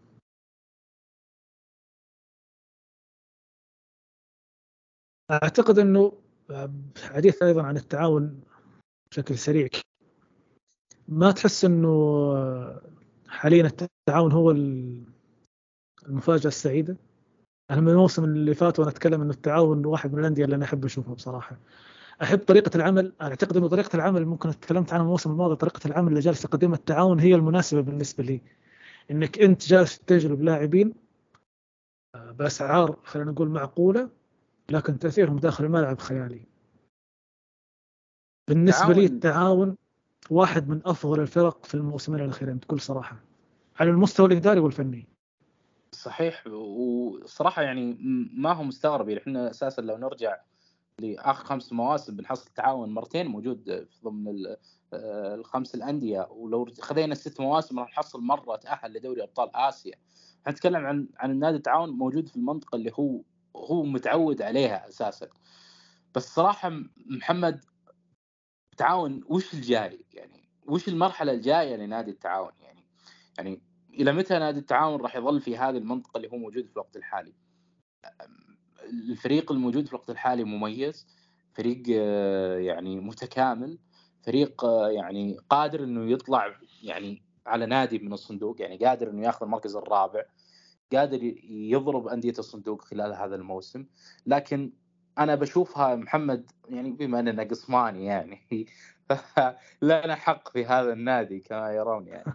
اعتقد انه حديث ايضا عن التعاون بشكل سريع، ما تحس انه حاليا التعاون هو المفاجاه السعيده؟ انا من الموسم اللي فات وانا اتكلم انه التعاون واحد من الانديه اللي انا احب اشوفها بصراحه. احب طريقه العمل، اعتقد انه طريقه العمل ممكن تكلمت عنها الموسم الماضي، طريقه العمل اللي جالس يقدمها التعاون هي المناسبه بالنسبه لي. انك انت جالس تجلب لاعبين باسعار خلينا نقول معقوله، لكن تاثيرهم داخل الملعب خيالي. بالنسبه لي تعاون التعاون واحد من افضل الفرق في الموسمين الاخيرين بكل صراحه، على المستوى الاداري والفني. صحيح. وصراحه يعني م- ما هو مستغرب. يعني احنا اساسا لو نرجع لاخر خمس مواسم بنحصل التعاون مرتين موجود في ضمن ال- آه، الخمس الانديه، ولو خذينا الست مواسم راح نحصل مره تاهل لدوري ابطال اسيا. نتكلم عن عن النادي التعاون موجود في المنطقه اللي هو هو متعود عليها اساسا. بس صراحه م- محمد، تعاون وش الجاي؟ يعني وش المرحله الجايه لنادي التعاون؟ يعني يعني الى متى نادي التعاون راح يظل في هذه المنطقه اللي هو موجود في الوقت الحالي؟ الفريق الموجود في الوقت الحالي مميز، فريق آه، يعني متكامل، فريق آه، يعني قادر انه يطلع يعني على نادي من الصندوق، يعني قادر انه ياخذ المركز الرابع، قادر يضرب أندية الصندوق خلال هذا الموسم. لكن أنا بشوفها محمد، يعني بما أننا قسماني يعني لنا حق في هذا النادي كما يرون يعني.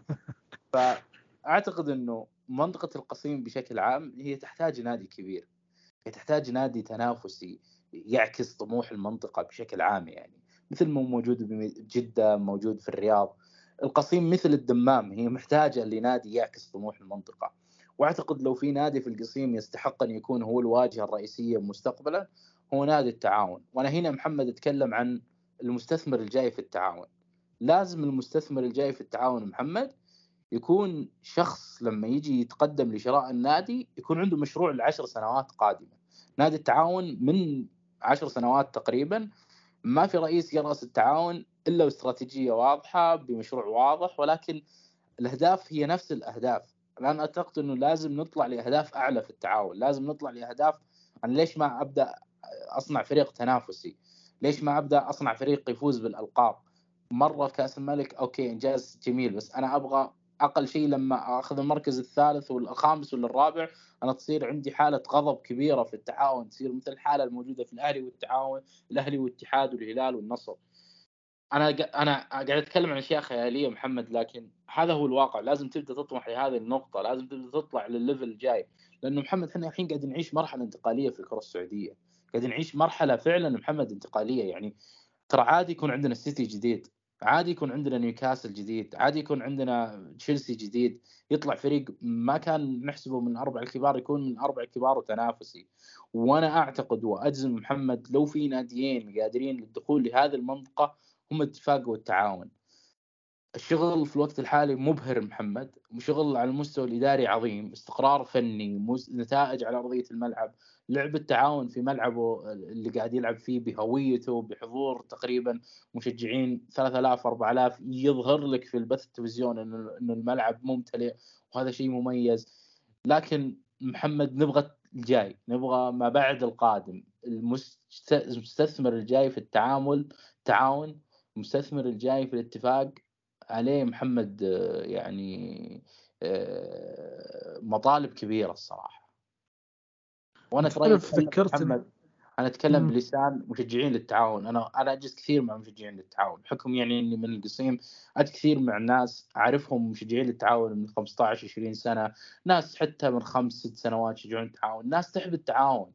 فأعتقد أنه منطقة القصيم بشكل عام هي تحتاج نادي كبير، هي تحتاج نادي تنافسي يعكس طموح المنطقة بشكل عام. يعني مثل ما موجود بجدة، موجود في الرياض. القصيم مثل الدمام، هي محتاجة لنادي يعكس طموح المنطقة. واعتقد لو في نادي في القصيم يستحق ان يكون هو الواجهه الرئيسيه مستقبلا هو نادي التعاون. وانا هنا محمد اتكلم عن المستثمر الجاي في التعاون. لازم المستثمر الجاي في التعاون محمد يكون شخص لما يجي يتقدم لشراء النادي يكون عنده مشروع لعشر سنوات قادمه. نادي التعاون من عشر سنوات تقريبا ما في رئيس يرأس التعاون الا واستراتيجيه واضحه بمشروع واضح، ولكن الاهداف هي نفس الاهداف. الان اعتقد انه لازم نطلع لاهداف اعلى في التعاون، لازم نطلع لاهداف. انا ليش ما ابدا اصنع فريق تنافسي؟ ليش ما ابدا اصنع فريق يفوز بالالقاب؟ مره كاس الملك اوكي انجاز جميل، بس انا ابغى اقل شيء لما اخذ المركز الثالث والخامس ولا الرابع انا تصير عندي حاله غضب كبيره في التعاون، تصير مثل الحاله الموجوده في الاهلي والتعاون، الاهلي والاتحاد والهلال والنصر. انا انا قاعد اتكلم عن اشياء خياليه محمد، لكن هذا هو الواقع. لازم تبدا تطمح لهذه النقطه، لازم تبدا تطلع للليفل الجاي. لانه محمد احنا الحين قاعد نعيش مرحله انتقاليه في الكره السعوديه، قاعد نعيش مرحله فعلا محمد انتقاليه. يعني ترى عادي يكون عندنا السيتي جديد، عادي يكون عندنا نيوكاسل جديد، عادي يكون عندنا تشيلسي جديد، يطلع فريق ما كان نحسبه من أربع الكبار يكون من أربع الكبار وتنافسي. وأنا أعتقد وأجزم محمد لو في ناديين قادرين للدخول لهذه المنطقة هم الاتفاق والتعاون. الشغل في الوقت الحالي مبهر محمد، وشغل على المستوى الإداري عظيم، استقرار فني، نتائج على أرضية الملعب، لعب التعاون في ملعبه اللي قاعد يلعب فيه بهويته، بحضور تقريبا مشجعين ثلاثة آلاف أربعة آلاف، يظهر لك في البث التلفزيوني إنه الملعب ممتلئ، وهذا شيء مميز. لكن محمد نبغى الجاي، نبغى ما بعد القادم، المستثمر الجاي في التعامل تعاون، المستثمر الجاي في الاتفاق عليه محمد يعني مطالب كبيرة الصراحة. وأنا ترى محمد أنا أتكلم بلسان مشجعين للتعاون. أنا أنا أجلس كثير مع مشجعين للتعاون بحكم يعني إني من القصيم، أجلس كثير مع ناس أعرفهم مشجعين للتعاون من خمسة عشر عشرين سنة، ناس حتى من خمس ست سنوات يشجعون التعاون، ناس تحب التعاون.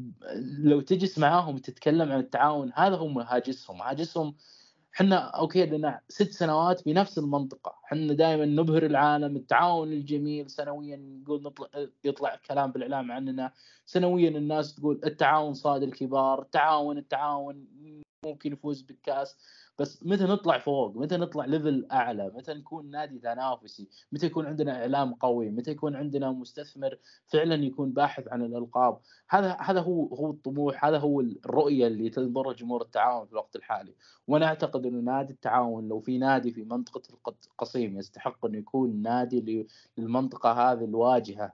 لو تجلس معاهم تتكلم عن التعاون هذا هم هاجسهم هاجسهم حنا أوكي لنا ست سنوات بنفس المنطقة، حنا دائما نبهر العالم، التعاون الجميل، سنويا نقول نطلع يطلع كلام بالإعلام عننا، سنويا الناس تقول التعاون صاد الكبار، التعاون التعاون ممكن يفوز بالكاس. بس متى نطلع فوق، متى نطلع ليفل أعلى، متى نكون نادي تنافسي، متى يكون عندنا إعلام قوي، متى يكون عندنا مستثمر فعلا يكون باحث عن الألقاب. هذا هذا هو هو الطموح، هذا هو الرؤية اللي تنظر جمهور التعاون في الوقت الحالي. وأنا أعتقد إنه نادي التعاون لو في نادي في منطقة القصيم يستحق إنه يكون نادي للمنطقة هذه الواجهة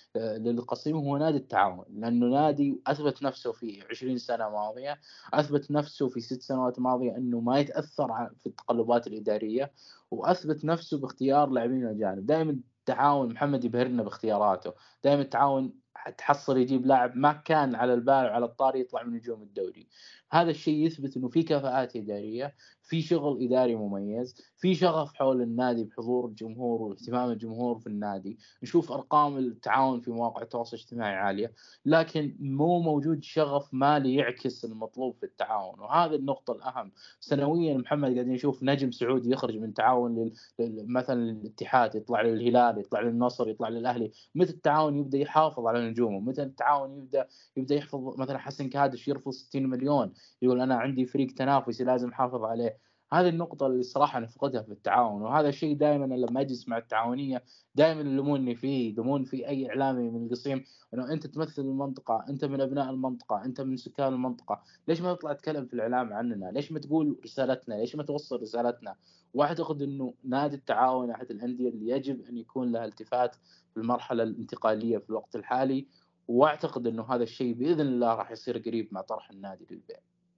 للقصيم هو نادي التعاون، لأنه نادي أثبت نفسه في عشرين سنة ماضية، أثبت نفسه في ست سنوات ماضية إنه ما يتأثر في التقلبات الإدارية، وأثبت نفسه باختيار لاعبين أجانب. دائما التعاون محمد يبهرنا باختياراته، دائما التعاون تحصل يجيب لاعب ما كان على البال وعلى الطاري يطلع من نجوم الدوري. هذا الشيء يثبت إنه في كفاءات إدارية، في شغل إداري مميز، في شغف حول النادي بحضور الجمهور واهتمام الجمهور في النادي. نشوف أرقام التعاون في مواقع التواصل الاجتماعي عالية، لكن مو موجود شغف مالي يعكس المطلوب في التعاون، وهذه النقطة الأهم. سنويا محمد قاعدين نشوف نجم سعودي يخرج من تعاون مثلا الاتحاد، يطلع للهلال، يطلع للنصر، يطلع للأهلي. متى التعاون يبدأ يحافظ على نجومه؟ متى التعاون يبدأ يبدأ يحفظ مثلا حسن كهادش يرفض ستين مليون يقول أنا عندي فريق تنافسي لازم أحافظ عليه؟ هذه النقطة اللي صراحة نفقدها في التعاون، وهذا الشيء دائما لما أجلس مع التعاونية دائما يلوموني فيه، يلومون في أي إعلامي من القصيم إنه أنت تمثل المنطقة، أنت من أبناء المنطقة، أنت من سكان المنطقة، ليش ما تطلع تتكلم في الإعلام عننا؟ ليش ما تقول رسالتنا؟ ليش ما توصل رسالتنا؟ وأعتقد إنه نادي التعاون أحد الأندية اللي يجب أن يكون لها التفات في المرحلة الانتقالية في الوقت الحالي، وأعتقد إنه هذا الشيء بإذن الله راح يصير قريب مع طرح النادي للبيع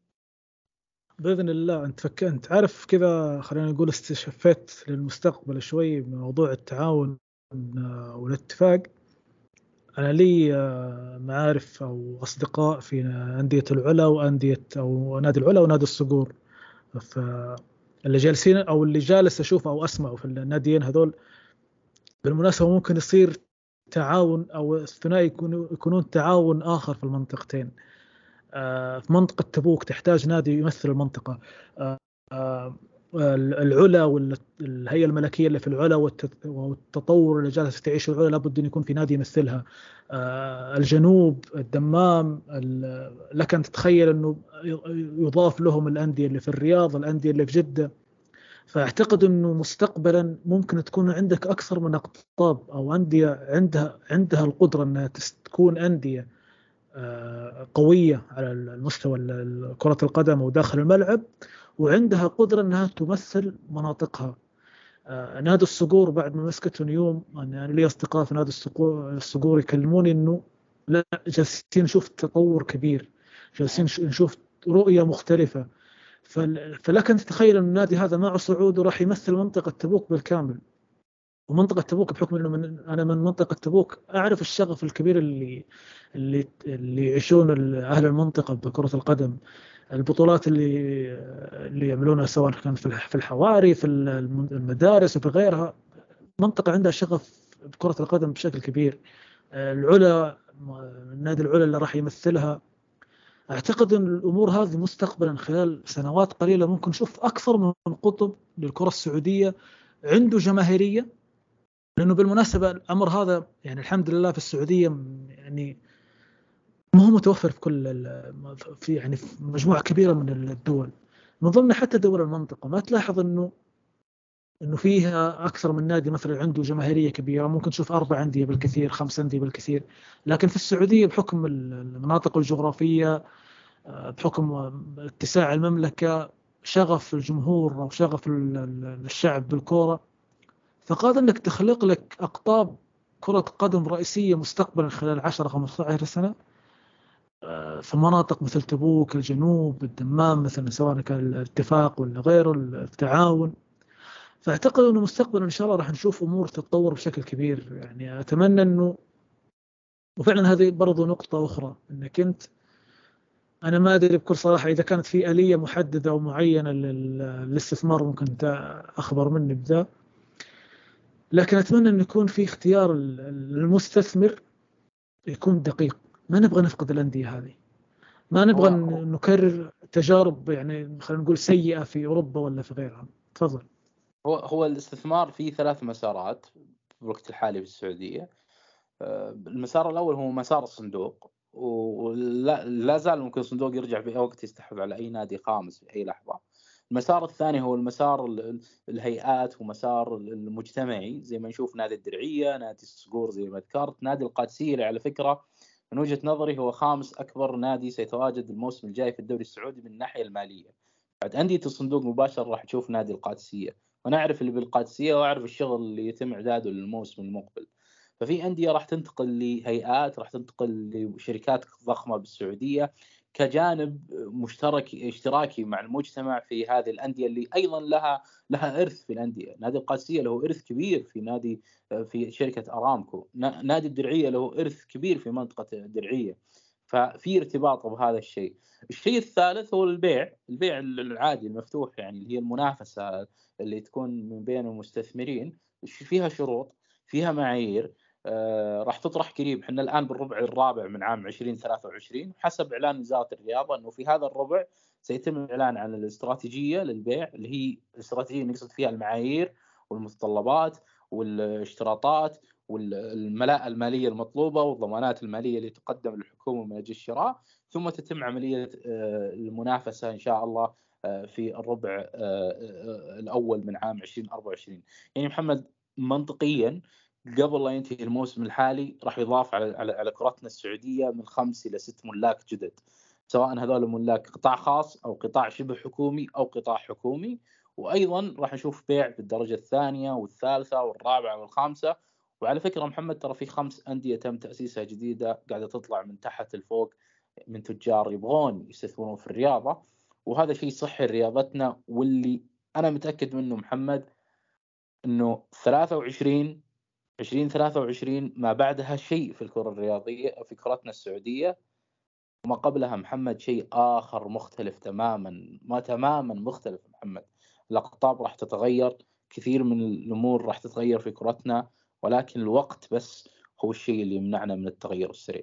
بإذن الله. أنت فك... أنت عارف كذا، خلينا نقول استشفيت للمستقبل شوي بموضوع التعاون والاتفاق. أنا لي معارف أو أصدقاء في أندية العلا وأندية أو نادي العلا ونادي الصقور، فاللي جالسين أو اللي جالس أشوف أو أسمع في الناديين هذول بالمناسبة ممكن يصير تعاون أو الثنائي يكونوا يكونون تعاون آخر في المنطقتين. في منطقة تبوك تحتاج نادي يمثل المنطقة. العلا والهيئة الملكية اللي في العلا والتطور اللي جالس تعيشه العلا لابد أن يكون في نادي يمثلها. الجنوب الدمام، لك أن تتخيل أنه يضاف لهم الأندية اللي في الرياض، الأندية اللي في جدة. فأعتقد أنه مستقبلا ممكن تكون عندك أكثر من أقطاب أو أندية عندها عندها القدرة أنها تكون أندية قوية على المستوى كرة القدم وداخل الملعب، وعندها قدرة أنها تمثل مناطقها. نادي الصقور بعد ما مسكته نيوم، أنا لي أصدقاء في نادي الصقور يكلموني أنه لا، جالسين نشوف تطور كبير، جالسين نشوف رؤية مختلفة. فلكن تتخيل أن النادي هذا معه صعود وراح يمثل منطقة تبوك بالكامل. ومنطقة تبوك بحكم أنه من أنا من منطقة تبوك أعرف الشغف الكبير اللي اللي اللي يعيشون أهل المنطقة بكرة القدم. البطولات اللي اللي يعملونها سواء كان في الحواري في المدارس وفي غيرها، منطقة عندها شغف بكرة القدم بشكل كبير. العلا، النادي العلا اللي راح يمثلها أعتقد أن الأمور هذه مستقبلا خلال سنوات قليلة ممكن نشوف أكثر من قطب للكرة السعودية عنده جماهيرية. لأنه بالمناسبة الأمر هذا يعني الحمد لله في السعودية يعني ما هو متوفر في كل في يعني في مجموعة كبيرة من الدول، من ضمن حتى دول المنطقة ما تلاحظ إنه إنه فيها أكثر من نادي مثلا عنده جماهيرية كبيرة، ممكن تشوف أربع أندية بالكثير، خمس أندية بالكثير. لكن في السعودية بحكم المناطق الجغرافية، بحكم اتساع المملكة، شغف الجمهور أو شغف الشعب بالكرة، فقادر أنك تخلق لك أقطاب كرة قدم رئيسية مستقبلا خلال عشرة خمسة عشر سنة في مناطق مثل تبوك، الجنوب، الدمام مثلا، سواء كان الاتفاق ولا غيره، التعاون. فأعتقد أنه مستقبلا إن شاء الله راح نشوف أمور تتطور بشكل كبير. يعني أتمنى أنه، وفعلا هذه برضو نقطة أخرى، أنك أنت أنا ما أدري بكل صراحة إذا كانت في آلية محددة أو معينة للاستثمار، ممكن أنت أخبر مني بذا، لكن أتمنى أن يكون في اختيار المستثمر يكون دقيق. ما نبغى نفقد الأندية هذه، ما نبغى نكرر تجارب يعني خلينا نقول سيئة في أوروبا ولا في غيرها. تفضل. هو هو الاستثمار في ثلاث مسارات في الوقت الحالي في السعودية. المسار الأول هو مسار الصندوق، ولا لا زال ممكن الصندوق يرجع في أي وقت يستحوذ على أي نادي خامس في أي لحظة. المسار الثاني هو المسار الهيئات ومسار المجتمعي، زي ما نشوف نادي الدرعية، نادي الصقور زي ما ذكرت، نادي القادسية على فكرة من وجهة نظري هو خامس أكبر نادي سيتواجد الموسم الجاي في الدوري السعودي من الناحية المالية. بعد أندية الصندوق مباشر راح تشوف نادي القادسية، وأنا أعرف اللي بالقادسية وأعرف الشغل اللي يتم إعداده للموسم المقبل. ففي أندية راح تنتقل لهيئات، راح تنتقل لشركات ضخمة بالسعودية كجانب مشترك اشتراكي مع المجتمع في هذه الأندية اللي أيضا لها لها إرث في الأندية. نادي القادسية له إرث كبير في نادي في شركة أرامكو، نادي الدرعية له إرث كبير في منطقة الدرعية، ففي ارتباط بهذا الشيء. الشيء الثالث هو البيع، البيع العادي المفتوح، يعني اللي هي المنافسة اللي تكون من بين المستثمرين، فيها شروط، فيها معايير. آه، راح تطرح قريب. احنا الآن بالربع الرابع من عام عشرين ثلاثة وعشرين، حسب إعلان وزارة الرياضة أنه في هذا الربع سيتم الإعلان عن الاستراتيجية للبيع، اللي هي الاستراتيجية نقصد فيها المعايير والمتطلبات والاشتراطات والملاءة المالية المطلوبة والضمانات المالية اللي تقدم للحكومة من أجل الشراء، ثم تتم عملية المنافسة إن شاء الله في الربع الأول من عام عشرين أربعة وعشرين. يعني محمد منطقياً قبل لا ينتهي الموسم الحالي راح يضاف على على على كرتنا السعودية من خمس إلى ست ملاك جدد، سواء هذول الملاك قطاع خاص أو قطاع شبه حكومي أو قطاع حكومي. وأيضا راح نشوف بيع في الدرجة الثانية والثالثة والرابعة والخامسة. وعلى فكرة محمد ترى في خمس أندية تم تأسيسها جديدة قاعدة تطلع من تحت الفوق من تجار يبغون يستثمرون في الرياضة، وهذا شيء صحي لرياضتنا. واللي أنا متأكد منه محمد إنه ثلاثة وعشرين عشرين ثلاثة وعشرين ما بعدها شيء في الكرة الرياضية في كرتنا السعودية، وما قبلها محمد شيء آخر مختلف تماما، ما تماما مختلف محمد. الأقطاب راح تتغير، كثير من الأمور راح تتغير في كرتنا، ولكن الوقت بس هو الشيء اللي يمنعنا من التغير السريع.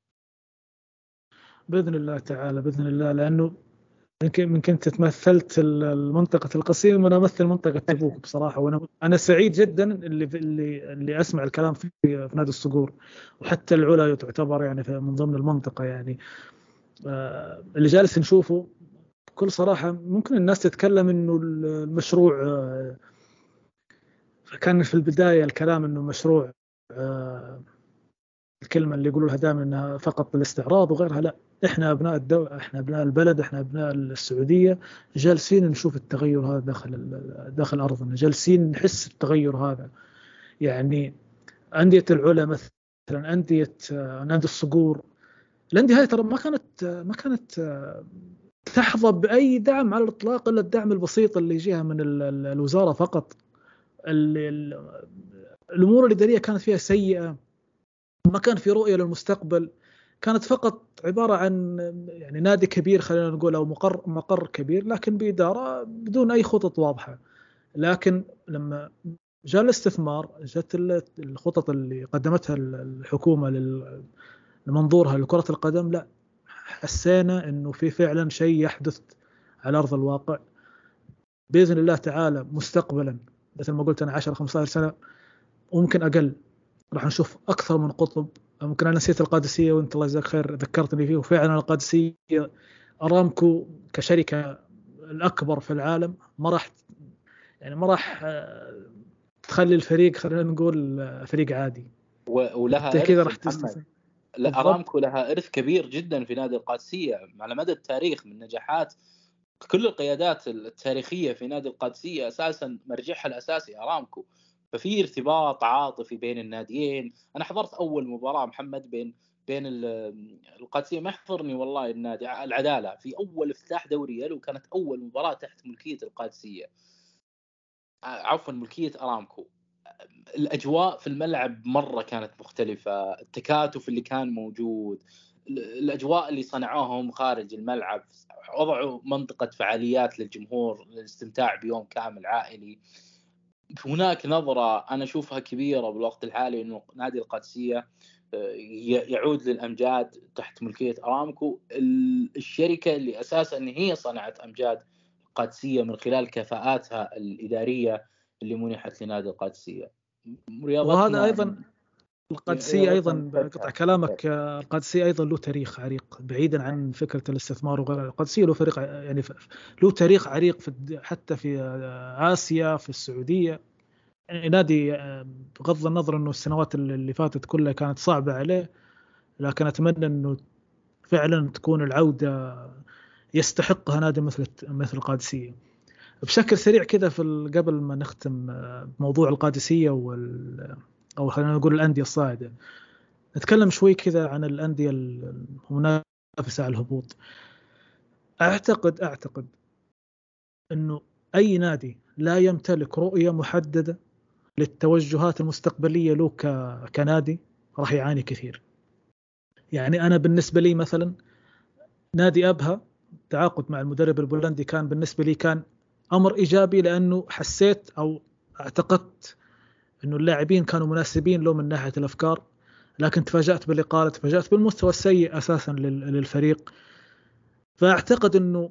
بإذن الله تعالى، بإذن الله. لأنه من كنت تمثلت المنطقة القصيم وأنا أمثل منطقة تبوك بصراحة، وأنا أنا سعيد جدا اللي اللي اللي أسمع الكلام في في نادي الصقور، وحتى العلا تعتبر يعني من ضمن المنطقة. يعني آه اللي جالس نشوفه بكل صراحة، ممكن الناس تتكلم إنه المشروع آه كان في البداية الكلام إنه مشروع آه الكلمة اللي يقولوا لها دائما إنها فقط للاستعراض وغيرها. لا، إحنا أبناء الدولة، إحنا أبناء البلد، إحنا أبناء السعودية، جالسين نشوف التغير هذا داخل داخل أرضنا، جالسين نحس التغير هذا. يعني أندية العلا مثلا، أندية نادي الصقور، الأندية هاي ترى ما كانت ما كانت تحظى بأي دعم على الإطلاق إلا الدعم البسيط اللي يجيها من الوزارة فقط. الأمور الإدارية كانت فيها سيئة، ما كان في رؤية للمستقبل، كانت فقط عبارة عن يعني نادي كبير خلينا نقول أو مقر مقر كبير، لكن بإدارة بدون أي خطط واضحة. لكن لما جاء الاستثمار، جت الخطط اللي قدمتها الحكومة لمنظورها لكرة القدم، لا حسينا انه في فعلا شيء يحدث على ارض الواقع باذن الله تعالى مستقبلا، مثل ما قلت انا عشرة خمسة عشر سنه وممكن اقل راح نشوف اكثر من قطب. ممكن انا نسيت القادسيه وانت الله يجزاك خير ذكرتني فيه، وفعلا القادسيه ارامكو كشركه الاكبر في العالم ما راح يعني ما راح تخلي الفريق خلينا نقول فريق عادي، ولها كذا راح تستثمر. لا ارامكو لها ارث كبير جدا في نادي القادسيه على مدى التاريخ من نجاحات. كل القيادات التاريخيه في نادي القادسيه اساسا مرجعها الاساسي ارامكو، ففي ارتباط عاطفي بين الناديين. انا حضرت اول مباراه محمد بين بين القادسيه، ما يحضرني والله النادي العداله، في اول افتتاح دوري يلو كانت اول مباراه تحت ملكيه القادسيه، عفوا ملكيه ارامكو. الاجواء في الملعب مره كانت مختلفه، التكاتف اللي كان موجود، الاجواء اللي صنعوهم خارج الملعب، وضعوا منطقه فعاليات للجمهور للاستمتاع بيوم كامل عائلي. هناك نظره انا اشوفها كبيره بالوقت الحالي انه نادي القادسيه يعود للامجاد تحت ملكيه ارامكو، الشركه اللي اساسا ان هي صنعت امجاد القادسيه من خلال كفاءاتها الاداريه اللي منحت لنادي القادسيه. وهذا ايضا القادسيه ايضا بقطع كلامك، القادسيه ايضا له تاريخ عريق بعيدا عن فكره الاستثمار وغيره. القادسيه له فريق يعني له تاريخ عريق في حتى في اسيا في السعوديه. يعني نادي بغض النظر انه السنوات اللي فاتت كلها كانت صعبه عليه، لكن اتمنى انه فعلا تكون العوده يستحقها نادي مثل مثل القادسيه. بشكل سريع كذا في قبل ما نختم موضوع القادسيه وال او خلينا نقول الانديه الصاعده، نتكلم شوي كذا عن الانديه المنافسه على الهبوط. اعتقد اعتقد انه اي نادي لا يمتلك رؤيه محدده للتوجهات المستقبليه له كنادي راح يعاني كثير. يعني انا بالنسبه لي مثلا نادي ابها التعاقد مع المدرب البولندي كان بالنسبه لي كان امر ايجابي، لانه حسيت او اعتقدت انه اللاعبين كانوا مناسبين له من ناحيه الافكار، لكن تفاجات بالاقاله، تفاجات بالمستوى السيء اساسا للفريق. فاعتقد انه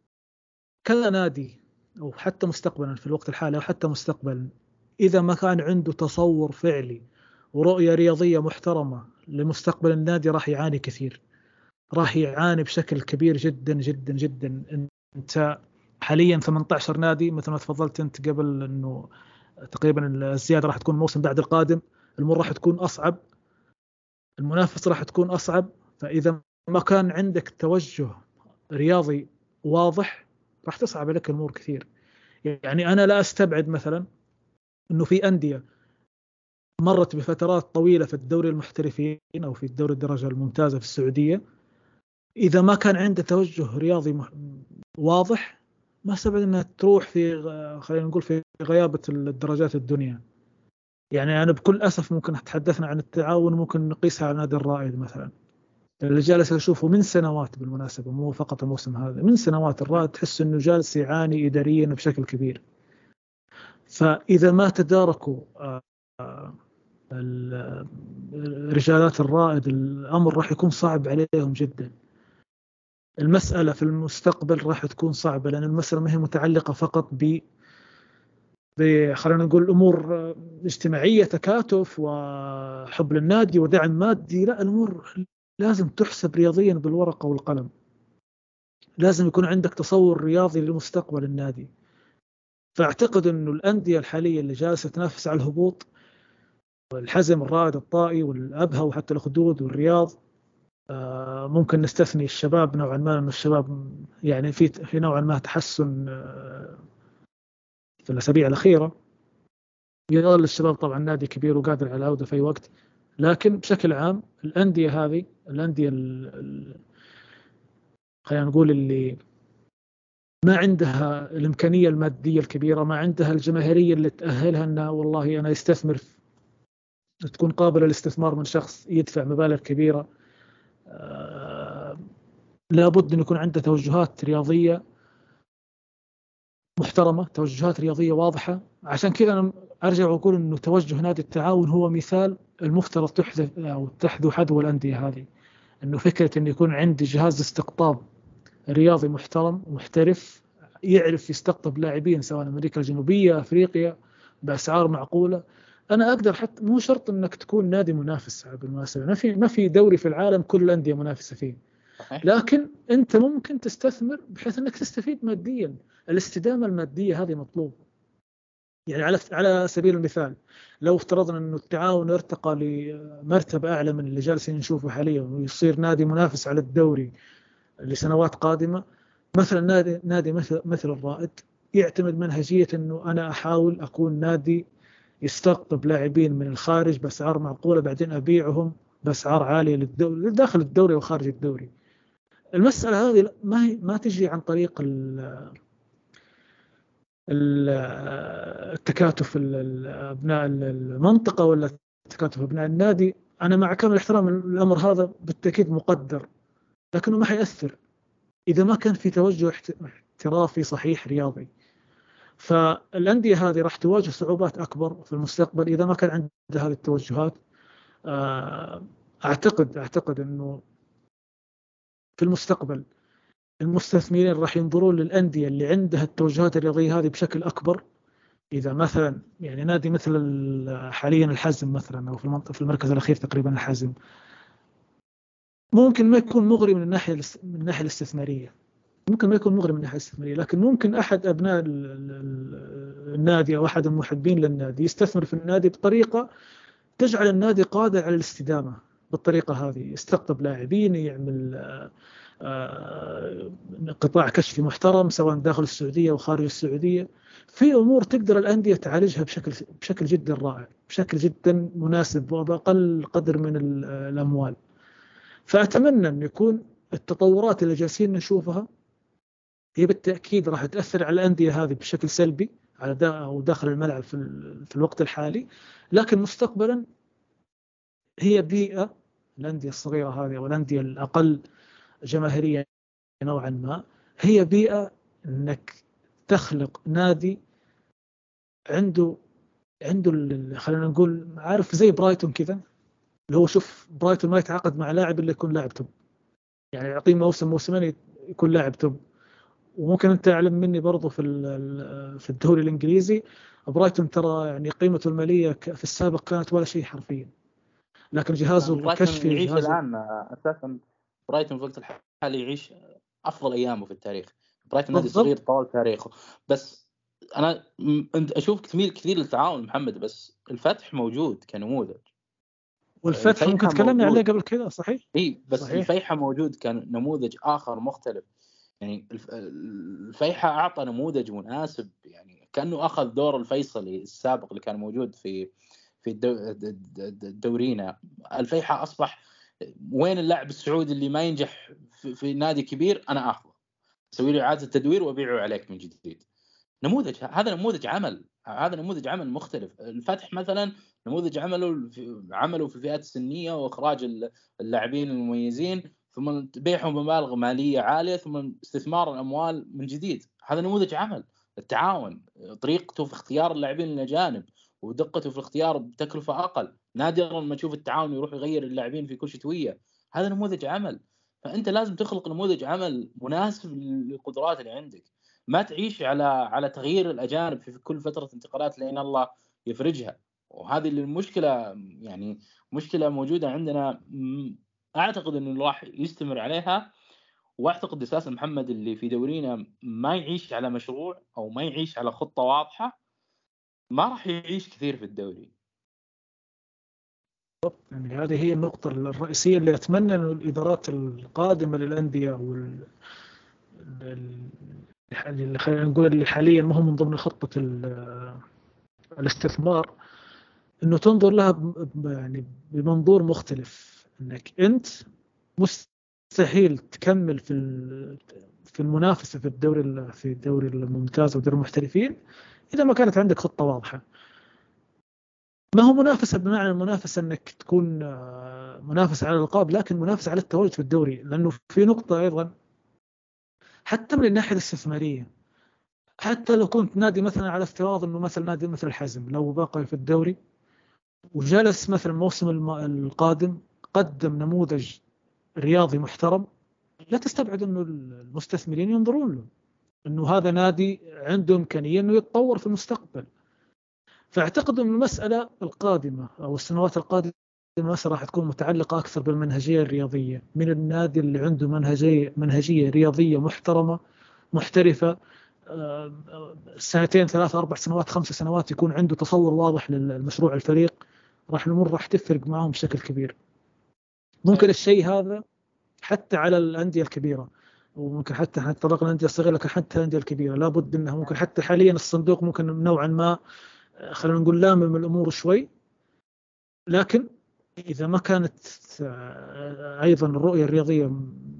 كذا نادي او حتى مستقبلا في الوقت الحالي او حتى مستقبلا اذا ما كان عنده تصور فعلي ورؤيه رياضيه محترمه لمستقبل النادي راح يعاني كثير، راح يعاني بشكل كبير جدا جدا جدا. انت حاليا ثمانية عشر نادي مثل ما تفضلت انت قبل، انه تقريبا الزياده راح تكون الموسم بعد القادم، الامور راح تكون اصعب، المنافسه راح تكون اصعب. فاذا ما كان عندك توجه رياضي واضح راح تصعب عليك الامور كثير. يعني انا لا استبعد مثلا انه في انديه مرت بفترات طويله في الدوري المحترفين او في الدوري الدرجه الممتازه في السعوديه، اذا ما كان عنده توجه رياضي واضح ما استبعد انها تروح في خلينا نقول في غيابه الدرجات الدنيا. يعني انا بكل اسف ممكن تحدثنا عن التعاون ممكن نقيسها على نادي الرائد مثلا اللي جالس اشوفه من سنوات، بالمناسبه مو فقط الموسم هذا، من سنوات الرائد تحس انه جالس يعاني اداريا بشكل كبير. فاذا ما تداركوا رجالات الرائد الامر راح يكون صعب عليهم جدا. المساله في المستقبل راح تكون صعبه، لان المساله ما هي متعلقه فقط ب خلينا نقول امور اجتماعيه تكاتف وحب للنادي ودعم مادي، لا الامور لازم تحسب رياضيا بالورقه والقلم. لازم يكون عندك تصور رياضي لمستقبل النادي. فاعتقد انه الانديه الحاليه اللي جالسه تنافس على الهبوط، والحزم الرائد الطائي والابها وحتى الاخدود والرياض، ممكن نستثني الشباب نوعا ما، انه الشباب يعني في في نوعا ما تحسن في الاسابيع الاخيره. يظل الشباب طبعا نادي كبير وقادر على العوده في اي وقت، لكن بشكل عام الانديه هذه الانديه خلينا نقول اللي ما عندها الامكانيه الماديه الكبيره، ما عندها الجماهيريه اللي تاهلها انها والله انا استثمر، تكون قابله للاستثمار من شخص يدفع مبالغ كبيره، آه لابد ان يكون عنده توجهات رياضيه محترمه، توجهات رياضيه واضحه. عشان كذا انا ارجع واقول انه توجه نادي التعاون هو مثال المفترض تحذف او تحذو حذو الانديه هذه. انه فكره انه يكون عندي جهاز استقطاب رياضي محترم ومحترف يعرف يستقطب لاعبين سواء امريكا الجنوبيه افريقيا باسعار معقوله. انا اقدر حتى مو شرط انك تكون نادي منافس بالمناسبه، ما في ما في دوري في العالم كل الانديه منافسه فيه، لكن انت ممكن تستثمر بحيث انك تستفيد ماديا. الاستدامه الماديه هذه مطلوبه. يعني على على سبيل المثال لو افترضنا انه التعاون ارتقى لمرتبه اعلى من اللي جالسين نشوفه حاليا ويصير نادي منافس على الدوري لسنوات قادمه، مثلا نادي نادي مثل مثل الرائد يعتمد منهجيه انه انا احاول اكون نادي يستقطب لاعبين من الخارج باسعار معقوله، بعدين ابيعهم باسعار عاليه للدوري داخل الدوري وخارج الدوري. المساله هذه ما هي ما تجي عن طريق التكاتف ابناء المنطقه ولا تكاتف ابناء النادي. انا مع كامل الاحترام الامر هذا بالتاكيد مقدر، لكنه ما حيأثر اذا ما كان في توجه احترافي صحيح رياضي. فالانديه هذه راح تواجه صعوبات اكبر في المستقبل اذا ما كان عندها هذه التوجهات. اعتقد اعتقد انه في المستقبل المستثمرين راح ينظرون للانديه اللي عندها التوجهات الرياضيه هذه بشكل اكبر. اذا مثلا يعني نادي مثل حاليا الحزم مثلا او في المنطقه في المركز الاخير تقريبا الحزم ممكن ما يكون مغري من الناحيه من الناحيه الاستثماريه، ممكن ما يكون مغري من الناحيه الاستثماريه، لكن ممكن احد ابناء النادي او احد المحبين للنادي يستثمر في النادي بطريقه تجعل النادي قادر على الاستدامه. بالطريقه هذه يستقطب لاعبين، يعمل قطاع كشفي محترم سواء داخل السعوديه وخارج السعوديه. في امور تقدر الانديه تعالجها بشكل بشكل جدا رائع، بشكل جدا مناسب وباقل قدر من الاموال. فاتمنى ان يكون التطورات اللي جالسين نشوفها هي بالتاكيد راح تاثر على الانديه هذه بشكل سلبي على دا او داخل الملعب في, في الوقت الحالي، لكن مستقبلا هي بيئه الانديه الصغيره هذه والانديه الاقل جماهيرية نوعا ما هي بيئة انك تخلق نادي عنده عنده خلينا نقول عارف زي برايتون كذا، اللي هو شوف برايتون ما يتعاقد مع لاعب اللي يكون لاعب توب، يعني يعطيه موسم موسمين يكون لاعب توب. وممكن انت تعلم مني برضو في في الدوري الانجليزي برايتون ترى يعني قيمته المالية في السابق كانت ولا شيء حرفيا، لكن جهازه الكشفي يعيش الان اساسا برايتون في الوقت الحالي يعيش افضل ايامه في التاريخ. برايتون نادي صغير طوال تاريخه، بس انا انت اشوف كثير كثير للتعاون محمد، بس الفتح موجود كنموذج، والفتح ممكن تكلمنا عليه قبل كذا صحيح اي بس صحيح. الفيحة موجود كان نموذج اخر مختلف، يعني الفيحة اعطى نموذج مناسب، يعني كانه اخذ دور الفيصلي السابق اللي كان موجود في في الدورينا. الفيحة اصبح وين اللاعب السعودي اللي ما ينجح في, في نادي كبير انا اخذه اسوي له اعاده تدوير وابيعه عليك من جديد. نموذج هذا نموذج عمل هذا نموذج عمل مختلف. الفتح مثلا نموذج عمله في عمله في الفئات السنيه واخراج اللاعبين المميزين ثم بيعهم بمبالغ ماليه عاليه ثم استثمار الاموال من جديد. هذا نموذج عمل. التعاون طريقته في اختيار اللاعبين الاجانب ودقته في الاختيار بتكلفه اقل، نادرا ما تشوف التعاون يروح يغير اللاعبين في كل شتويه. هذا نموذج عمل. فانت لازم تخلق نموذج عمل مناسب للقدرات اللي عندك، ما تعيش على على تغيير الاجانب في كل فتره انتقالات لين الله يفرجها. وهذه المشكله يعني مشكله موجوده عندنا، اعتقد انه راح يستمر عليها. واعتقد اساسا محمد اللي في دورينا ما يعيش على مشروع او ما يعيش على خطه واضحه ما راح يعيش كثير في الدوري. يعني هذه هي النقطة الرئيسية اللي أتمنى أن الإدارات القادمة للأندية وال اللي خلينا نقول اللي حاليا ما هم من ضمن خطة الاستثمار إنه تنظر لها يعني بمنظور مختلف، إنك أنت مستحيل تكمل في في المنافسة في الدوري في الدوري الممتاز ودوري المحترفين إذا ما كانت عندك خطة واضحة. ما هو منافسة بمعنى المنافسة أنك تكون منافسة على الألقاب، لكن منافسة على التواجد في الدوري. لأنه في نقطة أيضا حتى من الناحية الاستثمارية، حتى لو كنت نادي مثلا على افتراض أنه مثلا نادي مثل الحزم لو باقي في الدوري وجلس مثلا الموسم القادم قدم نموذج رياضي محترم لا تستبعد انه المستثمرين ينظرون له انه هذا نادي عنده امكانيه انه يتطور في المستقبل. فاعتقد ان المساله القادمه او السنوات القادمه مثلا راح تكون متعلقه اكثر بالمنهجيه الرياضيه من النادي اللي عنده منهجيه منهجيه رياضيه محترمه محترفه، سنتين ثلاثة أربع سنوات خمس سنوات يكون عنده تصور واضح للمشروع الفريق، راح الأمور راح تفرق معهم بشكل كبير. ممكن الشيء هذا حتى على الأندية الكبيرة، وممكن حتى نتطرق للأندية الصغيرة، لكن حتى الأندية الكبيرة لابد أنها ممكن حتى حاليا الصندوق ممكن نوعا ما خلينا نقول لامم الأمور شوي، لكن إذا ما كانت أيضا الرؤية الرياضية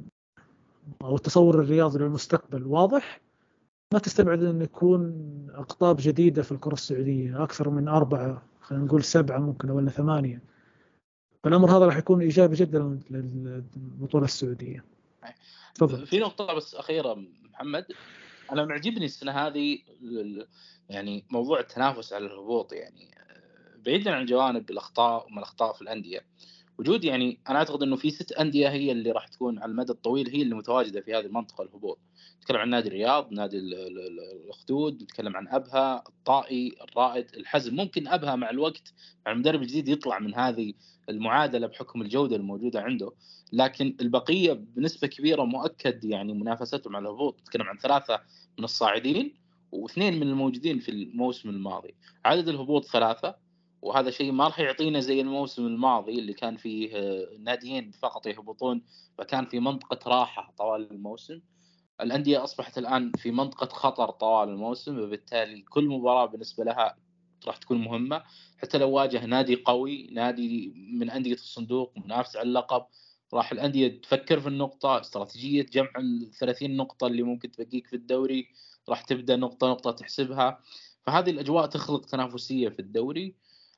أو التصور الرياضي للمستقبل واضح، ما تستبعد أن يكون أقطاب جديدة في الكرة السعودية أكثر من أربعة، خلينا نقول سبعة ممكن ولا ثمانية. فالأمر هذا راح يكون إيجابي جدا للبطولة السعودية. تفضل. في نقطة بس أخيرة محمد، أنا معجبني السنة هذه يعني موضوع التنافس على الهبوط، يعني بعيدا عن جوانب الأخطاء وما الأخطاء في الأندية، وجود يعني أنا أعتقد إنه في ست أندية هي اللي راح تكون على المدى الطويل هي اللي متواجدة في هذه المنطقة الهبوط. نتكلم عن نادي الرياض، نادي الأخدود، نتكلم عن أبها، الطائي، الرائد، الحزم. ممكن أبها مع الوقت مع المدرب الجديد يطلع من هذه المعادلة بحكم الجودة الموجودة عنده، لكن البقية بنسبة كبيرة مؤكد يعني منافستهم على الهبوط. نتكلم عن ثلاثة من الصاعدين واثنين من الموجودين في الموسم الماضي. عدد الهبوط ثلاثة، وهذا شيء ما راح يعطينا زي الموسم الماضي اللي كان فيه ناديين فقط يهبطون، فكان في منطقة راحة طوال الموسم. الأندية أصبحت الآن في منطقة خطر طوال الموسم، وبالتالي كل مباراة بالنسبة لها راح تكون مهمة. حتى لو واجه نادي قوي، نادي من أندية الصندوق منافس على اللقب، راح الأندية تفكر في النقطة، استراتيجية جمع الثلاثين نقطة اللي ممكن تبقيك في الدوري راح تبدأ نقطة نقطة تحسبها. فهذه الأجواء تخلق تنافسية في الدوري.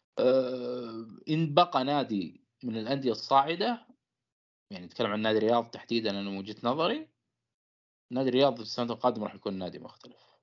أه إن بقى نادي من الأندية الصاعدة، يعني نتكلم عن نادي الرياض تحديدا، أنا من وجهة نظري نادي الرياض في السنة القادمة راح يكون نادي مختلف،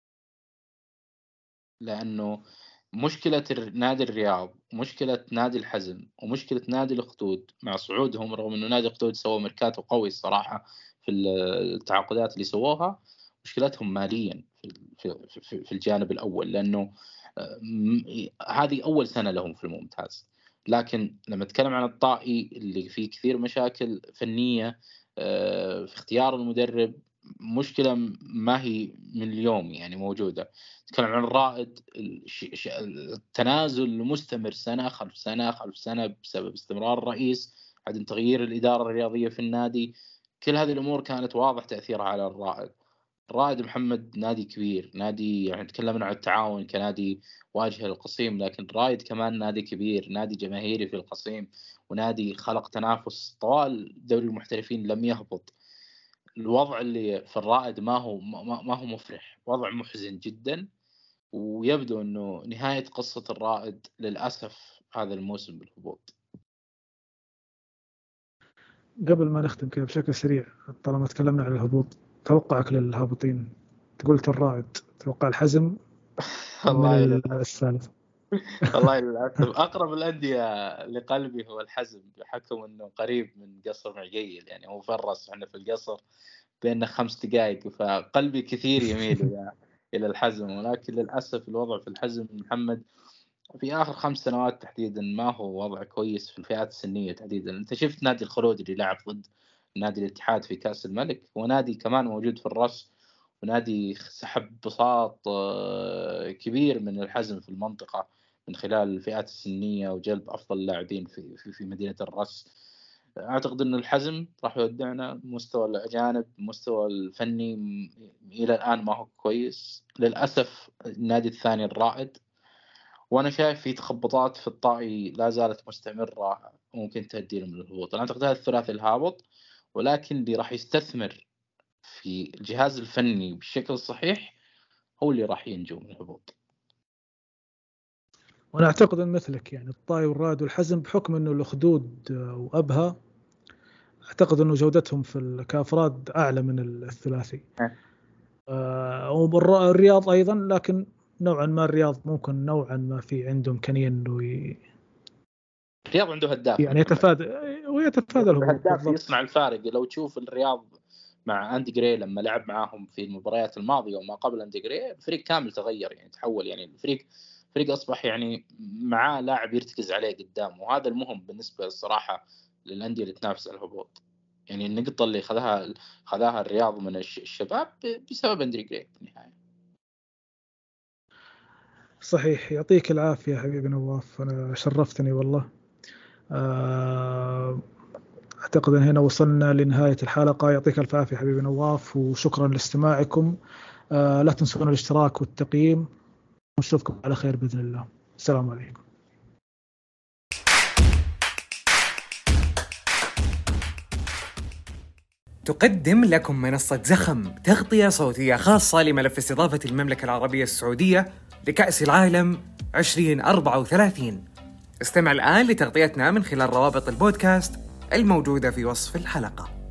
لأنه مشكلة نادي الرياض، مشكلة نادي الحزم، ومشكلة نادي الأخدود مع صعودهم، رغم أنه نادي الأخدود سوى ميركاتو قوي الصراحة في التعاقدات اللي سووها، مشكلتهم ماليا في, في, في الجانب الأول، لأنه هذه أول سنة لهم في الممتاز. لكن لما نتكلم عن الطائي اللي فيه كثير مشاكل فنية في اختيار المدرب، مشكلة ما هي من اليوم يعني موجودة. نتكلم عن الرائد، التنازل المستمر سنة خلف سنة خلف سنة بسبب استمرار الرئيس، عدم تغيير الإدارة الرياضية في النادي. كل هذه الأمور كانت واضح تأثيرها على الرائد. الرائد محمد نادي كبير، نادي يعني تكلمنا عن التعاون كنادي واجهة للقصيم، لكن الرائد كمان نادي كبير، نادي جماهيري في القصيم، ونادي خلق تنافس طوال دوري المحترفين لم يهبط. الوضع اللي في الرائد ما هو ما هو مفرح، وضع محزن جدا، ويبدو أنه نهاية قصة الرائد للأسف هذا الموسم بالهبوط. قبل ما نختم كذا بشكل سريع، طالما تكلمنا عن الهبوط، توقعك للهابطين؟ قلت الرائد، توقع الحزم من الثالث؟ والله للأسف أقرب الأندية لقلبي هو الحزم، بحكم أنه قريب من قصر معقيل، يعني هو فرس وإحنا في القصر بيننا خمس دقائق، فقلبي كثير يميل إلى إلى الحزم. ولكن للأسف الوضع في الحزم محمد في آخر خمس سنوات تحديدا ما هو وضع كويس في الفئات السنية تحديدا. أنت شفت نادي الخلود اللي لعب ضد نادي الاتحاد في كأس الملك، ونادي كمان موجود في الرص، ونادي سحب بساط كبير من الحزم في المنطقة من خلال الفئات السنية وجلب أفضل اللاعبين في في في مدينة الرص. أعتقد أن الحزم راح يودعنا. مستوى الأجانب، مستوى الفني إلى الآن ما هو كويس للأسف. النادي الثاني الرائد، وأنا شايف في تخبطات في الطائي لا زالت مستمرة ممكن تهدي لهم الهبوط. أنا أعتقد هذا الثلاثي الهابط، ولكن اللي راح يستثمر في الجهاز الفني بالشكل الصحيح هو اللي راح ينجو من الهبوط. وأنا أعتقد أن مثلك يعني الطائي والرائد والحزم، بحكم أنه الأخدود وأبها أعتقد أنه جودتهم في كأفراد أعلى من الثلاثي. آه والرياض أيضا، لكن نوعا ما الرياض ممكن نوعا ما في عنده إمكانية أنه الرياض عنده هداف يعني يتفادى ويتفادى الهبوط. هداف يصنع الفارق. لو تشوف الرياض مع أندي جراي لما لعب معاهم في المباريات الماضية وما قبل أندي جراي، الفريق كامل تغير يعني تحول. يعني الفريق فريق أصبح يعني معاه لاعب يرتكز عليه قدام، وهذا المهم بالنسبة الصراحة للأندية اللي تنافس على الهبوط. يعني النقطة اللي خذها خذاها الرياض من الشباب بسبب أندي جراي في النهاية. صحيح. يعطيك العافية حبيبي نواف، أنا شرفتني والله. أعتقد أن هنا وصلنا لنهاية الحلقة. يعطيك الف عافية حبيبي نواف، وشكرا لاستماعكم. لا تنسون الاشتراك والتقييم، ونشوفكم على خير بإذن الله. السلام عليكم. تقدم لكم منصة زخم تغطية صوتية خاصة لملف استضافة المملكة العربية السعودية لكأس العالم عشرين أربعة وثلاثين. استمع الآن لتغطيتنا من خلال روابط البودكاست الموجودة في وصف الحلقة.